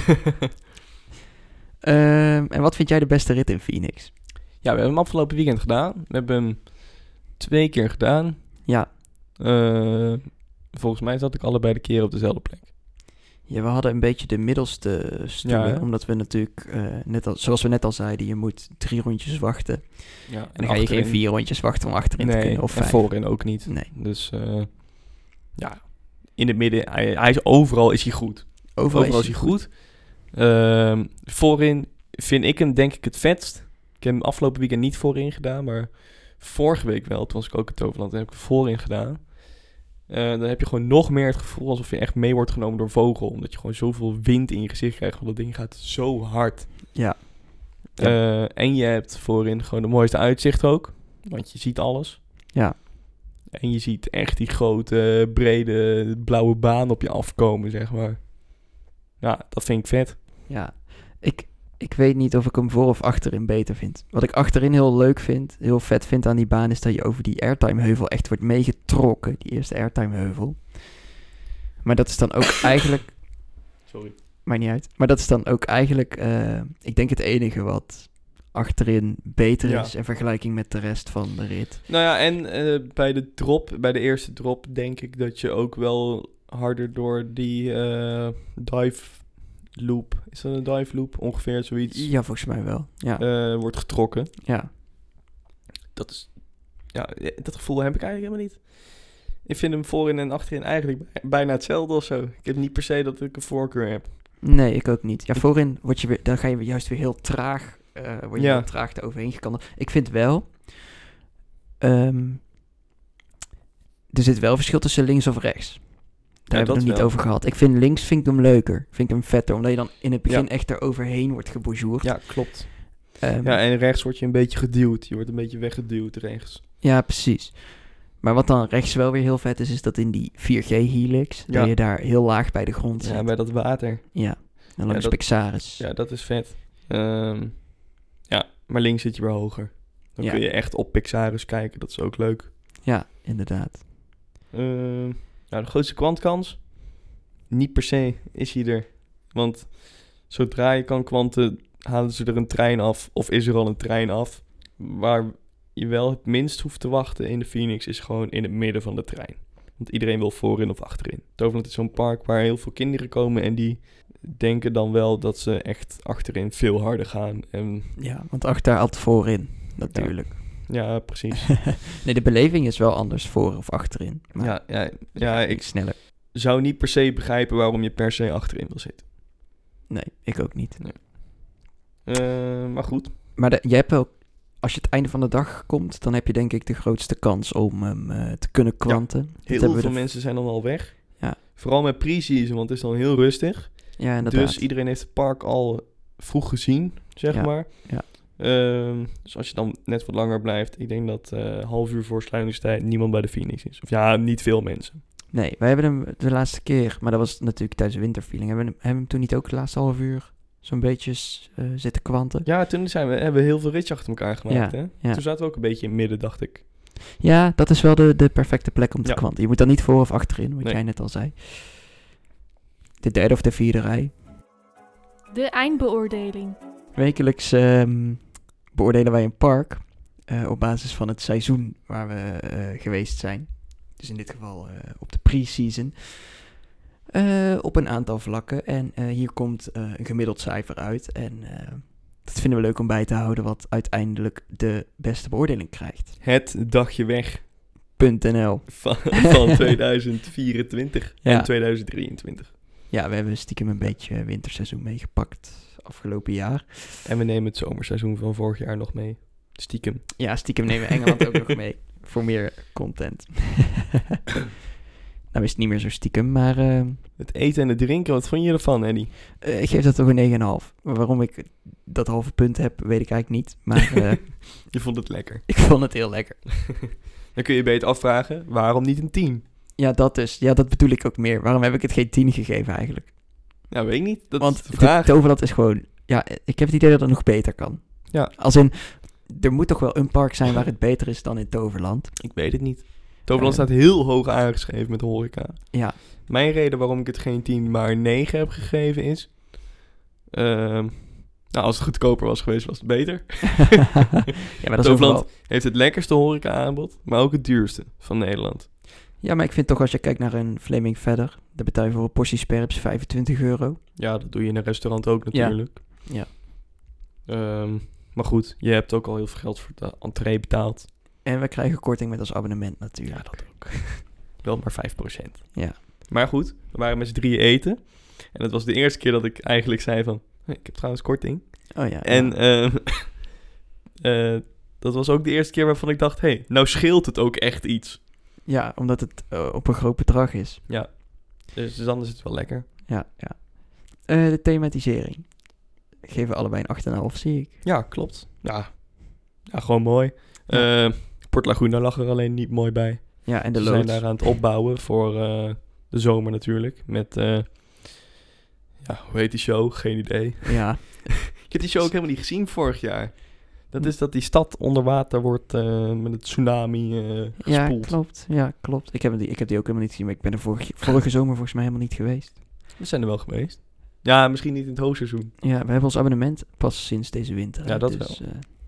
Speaker 2: um, en wat vind jij de beste rit in Phoenix?
Speaker 1: Ja, we hebben hem afgelopen weekend gedaan. We hebben hem twee keer gedaan.
Speaker 2: Ja,
Speaker 1: Uh, volgens mij zat ik allebei de keren op dezelfde plek.
Speaker 2: ja, we hadden een beetje de middelste stoelen.
Speaker 1: Ja, hè?
Speaker 2: Omdat we natuurlijk, uh, net al, zoals we net al zeiden, je moet drie rondjes wachten.
Speaker 1: Ja,
Speaker 2: En dan ga je geen vier rondjes wachten om achterin te
Speaker 1: Nee,
Speaker 2: kunnen. Of
Speaker 1: en
Speaker 2: vijf.
Speaker 1: voorin ook niet.
Speaker 2: Nee,
Speaker 1: Dus uh, ja, in het midden, hij, hij is overal is hij goed.
Speaker 2: overal,
Speaker 1: Overal is hij goed. Uh, voorin vind ik hem denk ik het vetst. Ik heb hem afgelopen weekend niet voorin gedaan, maar vorige week wel. Toen was ik ook in Toverland en heb ik hem voorin gedaan. Uh, dan heb je gewoon nog meer het gevoel alsof je echt mee wordt genomen door vogel. Omdat je gewoon zoveel wind in je gezicht krijgt. Want dat ding gaat zo hard.
Speaker 2: Ja.
Speaker 1: Uh, en je hebt voorin gewoon de mooiste uitzicht ook. Want je ziet alles.
Speaker 2: Ja.
Speaker 1: En je ziet echt die grote, brede, blauwe baan op je afkomen, zeg maar. Ja, dat vind ik vet.
Speaker 2: Ja, ik, ik weet niet of ik hem voor of achterin beter vind. Wat ik achterin heel leuk vind, heel vet vind aan die baan, is dat je over die airtime-heuvel echt wordt meegetrokken. Die eerste airtime-heuvel. Maar dat is dan ook eigenlijk...
Speaker 1: Sorry.
Speaker 2: Maakt niet uit. Maar dat is dan ook eigenlijk, uh, ik denk het enige wat achterin beter
Speaker 1: Ja.
Speaker 2: is in vergelijking met de rest van de rit.
Speaker 1: Nou ja, en uh, bij de drop, bij de eerste drop, denk ik dat je ook wel harder door die uh, dive loop, is dat een dive loop? Ongeveer zoiets.
Speaker 2: Ja, volgens mij wel. Ja.
Speaker 1: Uh, wordt getrokken.
Speaker 2: ja.
Speaker 1: Dat is, ja, dat gevoel heb ik eigenlijk helemaal niet. Ik vind hem voorin en achterin eigenlijk bijna hetzelfde of zo. Ik heb niet per se dat ik een voorkeur heb.
Speaker 2: Nee, ik ook niet. Ja, voorin word je weer, dan ga je juist weer heel traag, uh, word je
Speaker 1: Ja.
Speaker 2: heel traag eroverheen gekandeld. Ik vind wel, um, er zit wel verschil tussen links of rechts. Daar hebben we
Speaker 1: dat
Speaker 2: het nog niet
Speaker 1: wel.
Speaker 2: over gehad. Ik vind links vind ik hem leuker. Vind ik hem vetter, omdat je dan in het begin
Speaker 1: Ja.
Speaker 2: echt eroverheen wordt gebonjourd.
Speaker 1: Ja, klopt.
Speaker 2: Um,
Speaker 1: Ja, en rechts word je een beetje geduwd. Je wordt een beetje weggeduwd rechts.
Speaker 2: Ja, precies. Maar wat dan rechts wel weer heel vet is, is dat in die vier G helix,
Speaker 1: Ja.
Speaker 2: dat je daar heel laag bij de grond zit.
Speaker 1: Ja,
Speaker 2: Ja,
Speaker 1: bij dat water.
Speaker 2: en langs
Speaker 1: dat-
Speaker 2: Pixaris.
Speaker 1: Ja, dat is vet. Um, ja, maar links zit je weer hoger. Dan
Speaker 2: Ja.
Speaker 1: kun je echt op Pixaris kijken. Dat is ook leuk.
Speaker 2: Ja, inderdaad.
Speaker 1: Um, nou, de grootste kwantkans? Niet per se is hij er. Want zodra je kan kwanten, halen ze er een trein af. Of is er al een trein af. Waar je wel het minst hoeft te wachten in de Phoenix is gewoon in het midden van de trein. Want iedereen wil voorin of achterin. Toverland is zo'n park waar heel veel kinderen komen en die denken dan wel dat ze echt achterin veel harder gaan. En
Speaker 2: Ja, want achter altijd voorin, natuurlijk.
Speaker 1: ja, precies.
Speaker 2: Nee, de beleving is wel anders voor of achterin. Maar
Speaker 1: ja, ja, ja, ik
Speaker 2: sneller.
Speaker 1: zou niet per se begrijpen waarom je per se achterin wil zitten.
Speaker 2: Nee, ik ook niet.
Speaker 1: Uh, maar goed.
Speaker 2: Maar de, je hebt wel, als je het einde van de dag komt, dan heb je denk ik de grootste kans om hem uh, te kunnen kwanten. Dat
Speaker 1: Heel
Speaker 2: hebben we
Speaker 1: veel
Speaker 2: de-
Speaker 1: mensen zijn dan al weg.
Speaker 2: Ja.
Speaker 1: Vooral met pre-season, want het is dan heel rustig.
Speaker 2: Ja, inderdaad.
Speaker 1: Dus iedereen heeft het park al vroeg gezien, zeg
Speaker 2: Ja,
Speaker 1: maar.
Speaker 2: ja.
Speaker 1: Ehm, dus als je dan net wat langer blijft, ik denk dat uh, half uur voor sluitingstijd niemand bij de Phoenix is. Of ja, niet veel mensen.
Speaker 2: Nee, wij hebben hem de laatste keer, maar dat was natuurlijk tijdens de winterfeeling. Hebben we hem, hebben we hem toen niet ook de laatste half uur zo'n beetje uh, zitten kwanten?
Speaker 1: Ja, toen zijn we, hebben we heel veel ritjes achter elkaar gemaakt.
Speaker 2: Ja,
Speaker 1: Hè?
Speaker 2: ja.
Speaker 1: Toen zaten we ook een beetje in het midden, dacht ik.
Speaker 2: Ja, dat is wel de, de perfecte plek om te
Speaker 1: Ja.
Speaker 2: kwanten. Je moet dan niet voor of achterin, wat
Speaker 1: Nee.
Speaker 2: jij net al zei. De derde of de vierde rij.
Speaker 3: De eindbeoordeling.
Speaker 2: Wekelijks um, beoordelen wij een park uh, op basis van het seizoen waar we uh, geweest zijn. Dus in dit geval uh, op de pre-season. Uh, op een aantal vlakken. En uh, hier komt uh, een gemiddeld cijfer uit. En uh, dat vinden we leuk om bij te houden, wat uiteindelijk de beste beoordeling krijgt.
Speaker 1: Het dagje weg
Speaker 2: .nl
Speaker 1: van, van tweeduizend vierentwintig
Speaker 2: Ja.
Speaker 1: en tweeduizend drieëntwintig.
Speaker 2: Ja, we hebben stiekem een beetje winterseizoen meegepakt afgelopen jaar.
Speaker 1: En we nemen het zomerseizoen van vorig jaar nog mee. Stiekem.
Speaker 2: Ja, stiekem nemen we Engeland ook nog mee voor meer content. Nou is het niet meer zo stiekem, maar uh,
Speaker 1: Het eten en het drinken, wat vond je ervan, Eddie?
Speaker 2: uh, ik geef dat toch een negen komma vijf. Waarom ik dat halve punt heb, weet ik eigenlijk niet. Maar uh,
Speaker 1: Je vond het lekker.
Speaker 2: ik vond het heel lekker.
Speaker 1: Dan kun je beter afvragen, waarom niet een tien?
Speaker 2: Ja, dat is. Ja, dat bedoel ik ook meer. Waarom heb ik het geen tien gegeven eigenlijk?
Speaker 1: Nou, weet ik niet. Dat
Speaker 2: Want
Speaker 1: is de vraag.
Speaker 2: de Toverland is gewoon... Ja, ik heb het idee dat het nog beter kan.
Speaker 1: Ja.
Speaker 2: Als in, er moet toch wel een park zijn waar het beter is dan in Toverland.
Speaker 1: Ik weet het niet. Toverland
Speaker 2: Uh,
Speaker 1: staat heel hoog aangeschreven met horeca.
Speaker 2: Ja.
Speaker 1: Mijn reden waarom ik het geen tien, maar negen heb gegeven is... Uh, nou, als het goedkoper was geweest, was het beter.
Speaker 2: Ja, maar dat is
Speaker 1: Toverland
Speaker 2: overal.
Speaker 1: heeft het lekkerste horeca aanbod, maar ook het duurste van Nederland.
Speaker 2: Ja, maar ik vind toch als je kijkt naar een Flaming Feather, dan betaal je voor een portie sperps vijfentwintig euro.
Speaker 1: Ja, dat doe je in een restaurant ook natuurlijk.
Speaker 2: Ja.
Speaker 1: Um, maar goed, je hebt ook al heel veel geld voor de entree betaald.
Speaker 2: En we krijgen korting met ons abonnement natuurlijk.
Speaker 1: Ja, dat ook. Wel maar vijf procent.
Speaker 2: Ja.
Speaker 1: Maar goed, we waren met z'n drieën eten. En het was de eerste keer dat ik eigenlijk zei van... Hey, ik heb trouwens korting.
Speaker 2: Oh ja.
Speaker 1: En
Speaker 2: ja.
Speaker 1: uh, uh, dat was ook de eerste keer waarvan ik dacht... Hé, hey, nou scheelt het ook echt iets.
Speaker 2: Ja, omdat het uh, op een groot bedrag is.
Speaker 1: Ja, dus, dus dan is het wel lekker.
Speaker 2: Ja, ja. Uh, de thematisering. Geven we allebei een acht komma vijf, zie ik.
Speaker 1: Ja, klopt. Ja, ja gewoon mooi. Ja. Uh, Port Laguna lag er alleen niet mooi bij.
Speaker 2: Ja, en de
Speaker 1: Ze
Speaker 2: loods.
Speaker 1: zijn daar aan het opbouwen voor uh, de zomer natuurlijk. Met, uh, ja, hoe heet die show? Geen idee.
Speaker 2: Ja.
Speaker 1: Ik heb die show ook helemaal niet gezien vorig jaar. Dat is dat die stad onder water wordt uh, met het tsunami uh, gespoeld.
Speaker 2: Ja, klopt. Ja, klopt. Ik heb, die, ik heb die ook helemaal niet gezien, maar ik ben er vorige, vorige zomer volgens mij helemaal niet geweest.
Speaker 1: We zijn er wel geweest. Ja, misschien niet in het hoogseizoen.
Speaker 2: Ja, we hebben ons abonnement pas sinds deze winter.
Speaker 1: Ja, dat
Speaker 2: dus,
Speaker 1: wel.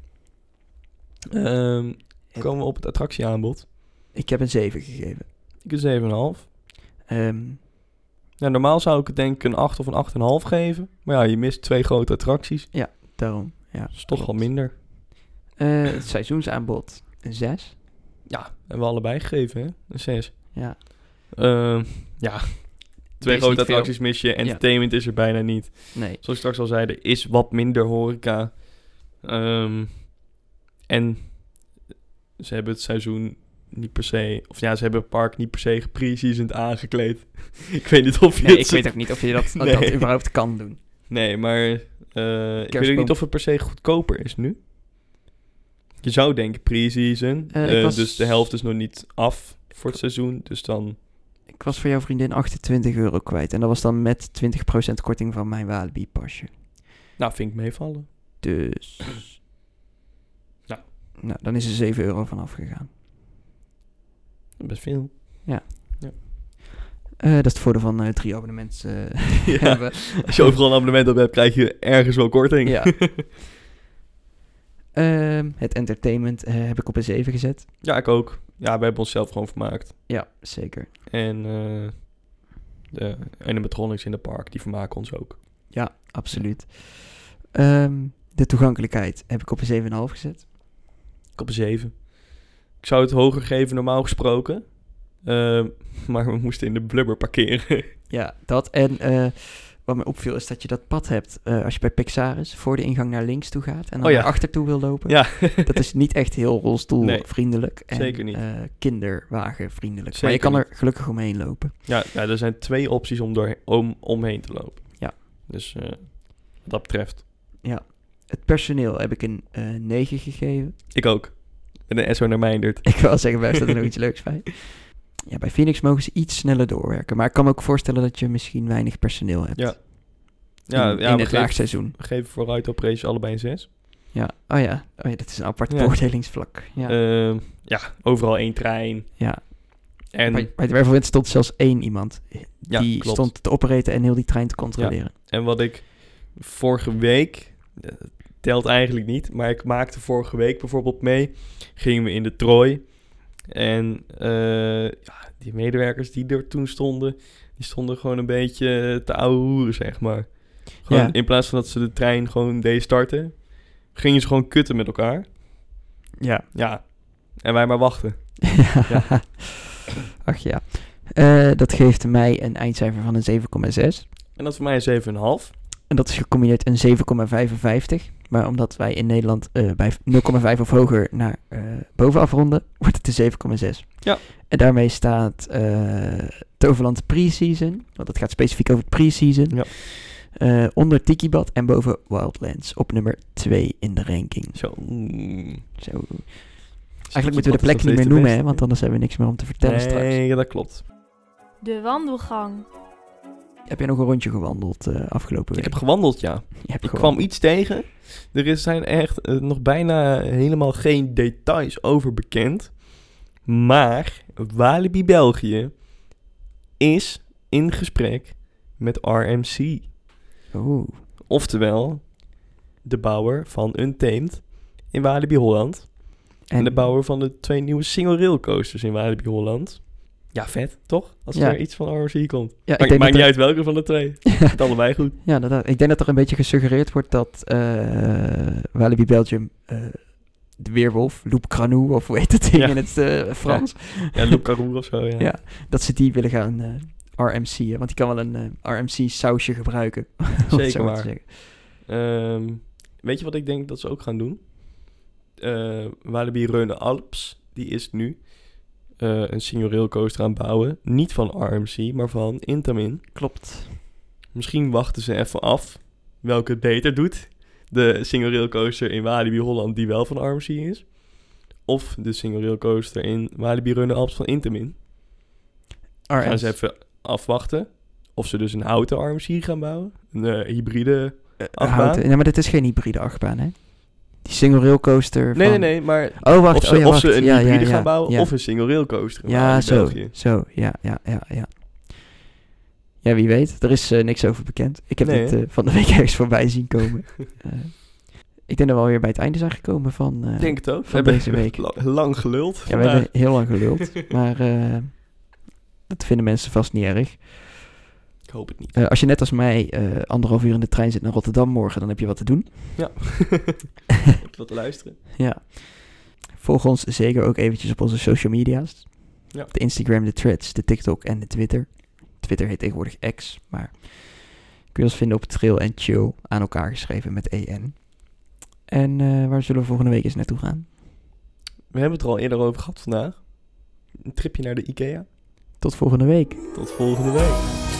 Speaker 2: Uh,
Speaker 1: um, komen we op het attractieaanbod.
Speaker 2: Ik heb een zeven gegeven.
Speaker 1: Ik een zeven komma vijf.
Speaker 2: Um,
Speaker 1: Ja, normaal zou ik het denk ik een acht of een acht komma vijf geven. Maar ja, je mist twee grote attracties.
Speaker 2: Ja, daarom. Ja,
Speaker 1: dat is toch
Speaker 2: klopt.
Speaker 1: wel minder.
Speaker 2: Uh, het seizoensaanbod, een zes.
Speaker 1: Ja, hebben we allebei gegeven, hè? Een zes.
Speaker 2: Ja.
Speaker 1: Uh, ja, twee
Speaker 2: is
Speaker 1: grote
Speaker 2: niet veel.
Speaker 1: attracties mis je. Entertainment ja. is er bijna niet.
Speaker 2: Nee.
Speaker 1: Zoals ik straks al zei, er is wat minder horeca. Um, en ze hebben het seizoen niet per se... Of ja, ze hebben het park niet per se gepre-seasoned aangekleed. Ik weet niet of je
Speaker 2: Nee,
Speaker 1: het
Speaker 2: ik weet ook niet of je dat,
Speaker 1: nee.
Speaker 2: dat überhaupt kan doen.
Speaker 1: Nee, maar uh, ik weet ook niet of het per se goedkoper is nu. Je zou denken pre-season.
Speaker 2: Uh,
Speaker 1: uh,
Speaker 2: was...
Speaker 1: Dus de helft is nog niet af voor het seizoen. Dus dan...
Speaker 2: Ik was voor jouw vriendin achtentwintig euro kwijt. En dat was dan met twintig procent korting van mijn Walibi-pasje.
Speaker 1: Nou, vind ik meevallen.
Speaker 2: Dus...
Speaker 1: Nou.
Speaker 2: Nou, dan is er zeven euro vanaf gegaan.
Speaker 1: Best veel.
Speaker 2: Ja.
Speaker 1: ja.
Speaker 2: Uh, dat is het voordeel van uh, drie abonnements uh,
Speaker 1: ja.
Speaker 2: hebben.
Speaker 1: Als je overal een abonnement op hebt, krijg je ergens wel korting.
Speaker 2: Ja. uh, het entertainment uh, heb ik op een zeven gezet.
Speaker 1: Ja, ik ook. Ja, we hebben onszelf gewoon vermaakt.
Speaker 2: Ja, zeker.
Speaker 1: En uh, de animatronics in de park, die vermaken ons ook.
Speaker 2: Ja, absoluut. Um, de toegankelijkheid heb ik op een zeven komma vijf gezet.
Speaker 1: Ik op een zeven. Ik zou het hoger geven normaal gesproken. Uh, maar we moesten in de blubber parkeren.
Speaker 2: Ja, dat. En uh, wat me opviel is dat je dat pad hebt uh, als je bij Pixaris voor de ingang naar links toe gaat en dan
Speaker 1: oh, ja.
Speaker 2: naar achter toe wil lopen.
Speaker 1: Ja.
Speaker 2: Dat is niet echt heel rolstoelvriendelijk.
Speaker 1: Nee,
Speaker 2: en,
Speaker 1: zeker niet.
Speaker 2: Uh, kinderwagenvriendelijk.
Speaker 1: Zeker
Speaker 2: maar je kan
Speaker 1: niet.
Speaker 2: er gelukkig omheen lopen.
Speaker 1: Ja, ja, er zijn twee opties om, door, om omheen te lopen.
Speaker 2: Ja.
Speaker 1: Dus uh, wat dat betreft
Speaker 2: Ja. Het personeel heb ik een uh, negen gegeven.
Speaker 1: Ik ook. Met een S O naar Meindert.
Speaker 2: Ik wil zeggen, bij staat er nog iets leuks bij. Ja, bij Phoenix mogen ze iets sneller doorwerken. Maar ik kan me ook voorstellen dat je misschien weinig personeel hebt.
Speaker 1: Ja. Ja,
Speaker 2: in,
Speaker 1: ja,
Speaker 2: in
Speaker 1: we
Speaker 2: het
Speaker 1: geven-
Speaker 2: laagseizoen.
Speaker 1: We geven vooruit op race allebei een zes.
Speaker 2: Ja, oh ja. Oh ja, dat is een apart
Speaker 1: Ja.
Speaker 2: beoordelingsvlak. Ja.
Speaker 1: Ehm, ja, overal één trein.
Speaker 2: ja.
Speaker 1: En,
Speaker 2: Bij, bij de Wervelwind stond zelfs één iemand.
Speaker 1: ja,
Speaker 2: die
Speaker 1: klopt.
Speaker 2: stond te operaten en heel die trein te controleren.
Speaker 1: En wat ik vorige week, eh, telt eigenlijk niet, maar ik maakte vorige week bijvoorbeeld mee, gingen we in de Trooi. En eh, ja, die medewerkers die er toen stonden, die stonden gewoon een beetje te ouwe hoeren, zeg maar. Gewoon
Speaker 2: Ja.
Speaker 1: in plaats van dat ze de trein gewoon deden starten, gingen ze gewoon kutten met elkaar.
Speaker 2: Ja.
Speaker 1: Ja, en wij maar wachten.
Speaker 2: Ja. Ach ja. Uh, dat geeft mij een eindcijfer van een zeven komma zes.
Speaker 1: En dat voor mij een zeven komma vijf.
Speaker 2: En dat is gecombineerd een zeven komma vijfenvijftig. Maar omdat wij in Nederland uh, bij nul komma vijf of hoger naar uh, boven afronden, wordt het een zeven komma zes.
Speaker 1: Ja.
Speaker 2: En daarmee staat uh, Toverland pre-season, want het gaat specifiek over het pre-season,
Speaker 1: Ja.
Speaker 2: uh, onder Tikibad en boven Wildlands op nummer twee in de ranking.
Speaker 1: Zo. Mm.
Speaker 2: Zo. Eigenlijk moeten we de plek niet meer noemen, hè, want anders hebben we niks meer om te vertellen
Speaker 1: nee,
Speaker 2: straks.
Speaker 1: Nee, ja, dat klopt.
Speaker 3: De wandelgang.
Speaker 2: Heb je nog een rondje gewandeld uh, afgelopen week?
Speaker 1: Ik heb gewandeld, ja.
Speaker 2: Je hebt
Speaker 1: Ik
Speaker 2: gewandeld.
Speaker 1: kwam iets tegen. Er is, zijn echt uh, nog bijna helemaal geen details over bekend. Maar Walibi België is in gesprek met R M C.
Speaker 2: Oeh.
Speaker 1: Oftewel, de bouwer van Untamed in Walibi Holland. En, en de bouwer van de twee nieuwe single rail coasters in Walibi Holland. Ja, vet, toch? Als
Speaker 2: ja.
Speaker 1: er iets van R M C komt.
Speaker 2: Ja,
Speaker 1: maakt maakt niet er... uit welke van de twee. Het allebei goed.
Speaker 2: Ja, dat, ik denk dat er een beetje gesuggereerd wordt dat uh, Walibi Belgium... Uh, de weerwolf, Loup Granou, of hoe heet het ding ja. in het uh, Frans?
Speaker 1: Ja, ja Loup Caroux of zo, ja.
Speaker 2: ja. Dat ze die willen gaan uh, R M C'en, want die kan wel een uh, R M C sausje gebruiken.
Speaker 1: Zeker waar. Um, weet je wat ik denk dat ze ook gaan doen? Uh, Walibi Rhône Alps, die is nu uh, een single rail coaster aan het bouwen. Niet van R M C, maar van Intamin.
Speaker 2: Klopt.
Speaker 1: Misschien wachten ze even af welke het beter doet. De single rail coaster in Walibi Holland die wel van R M C is. Of de single rail coaster in Walibi Rhône Alps van Intamin. Dan gaan ze even afwachten of ze dus een houten R M C gaan bouwen. Een uh, hybride uh, achtbaan.
Speaker 2: Houten. Nee, maar dit is geen hybride achtbaan, hè? Die single rail coaster van...
Speaker 1: Nee, nee, nee, maar
Speaker 2: oh, wacht,
Speaker 1: of ze,
Speaker 2: oh, ja,
Speaker 1: of
Speaker 2: wacht.
Speaker 1: ze een
Speaker 2: ja,
Speaker 1: hybride
Speaker 2: ja, ja,
Speaker 1: gaan bouwen
Speaker 2: ja.
Speaker 1: of een single rail coaster in
Speaker 2: ja,
Speaker 1: Walibi
Speaker 2: zo,
Speaker 1: België.
Speaker 2: zo, ja, ja, ja, ja. Ja, wie weet. Er is uh, niks over bekend. Ik heb
Speaker 1: nee,
Speaker 2: dit uh, van de week ergens voorbij zien komen. uh, ik denk dat we alweer bij het einde zijn gekomen van, uh,
Speaker 1: denk het ook.
Speaker 2: van
Speaker 1: we
Speaker 2: deze
Speaker 1: hebben
Speaker 2: week.
Speaker 1: Lang, lang geluld.
Speaker 2: Ja, we hebben heel lang geluld. Maar uh, dat vinden mensen vast niet erg.
Speaker 1: Ik hoop het niet.
Speaker 2: Uh, als je net als mij uh, anderhalf uur in de trein zit naar Rotterdam morgen, dan heb je wat te doen.
Speaker 1: Ja, wat te luisteren.
Speaker 2: Ja. Volg ons zeker ook eventjes op onze social media's.
Speaker 1: Ja.
Speaker 2: De Instagram, de Threads, de TikTok en de Twitter. Twitter heet tegenwoordig X, maar kun je ons vinden op Trail en Chill, aan elkaar geschreven met E N. En uh, waar zullen we volgende week eens naartoe gaan?
Speaker 1: We hebben het er al eerder over gehad vandaag. Een tripje naar de IKEA.
Speaker 2: Tot volgende week.
Speaker 1: Tot volgende week.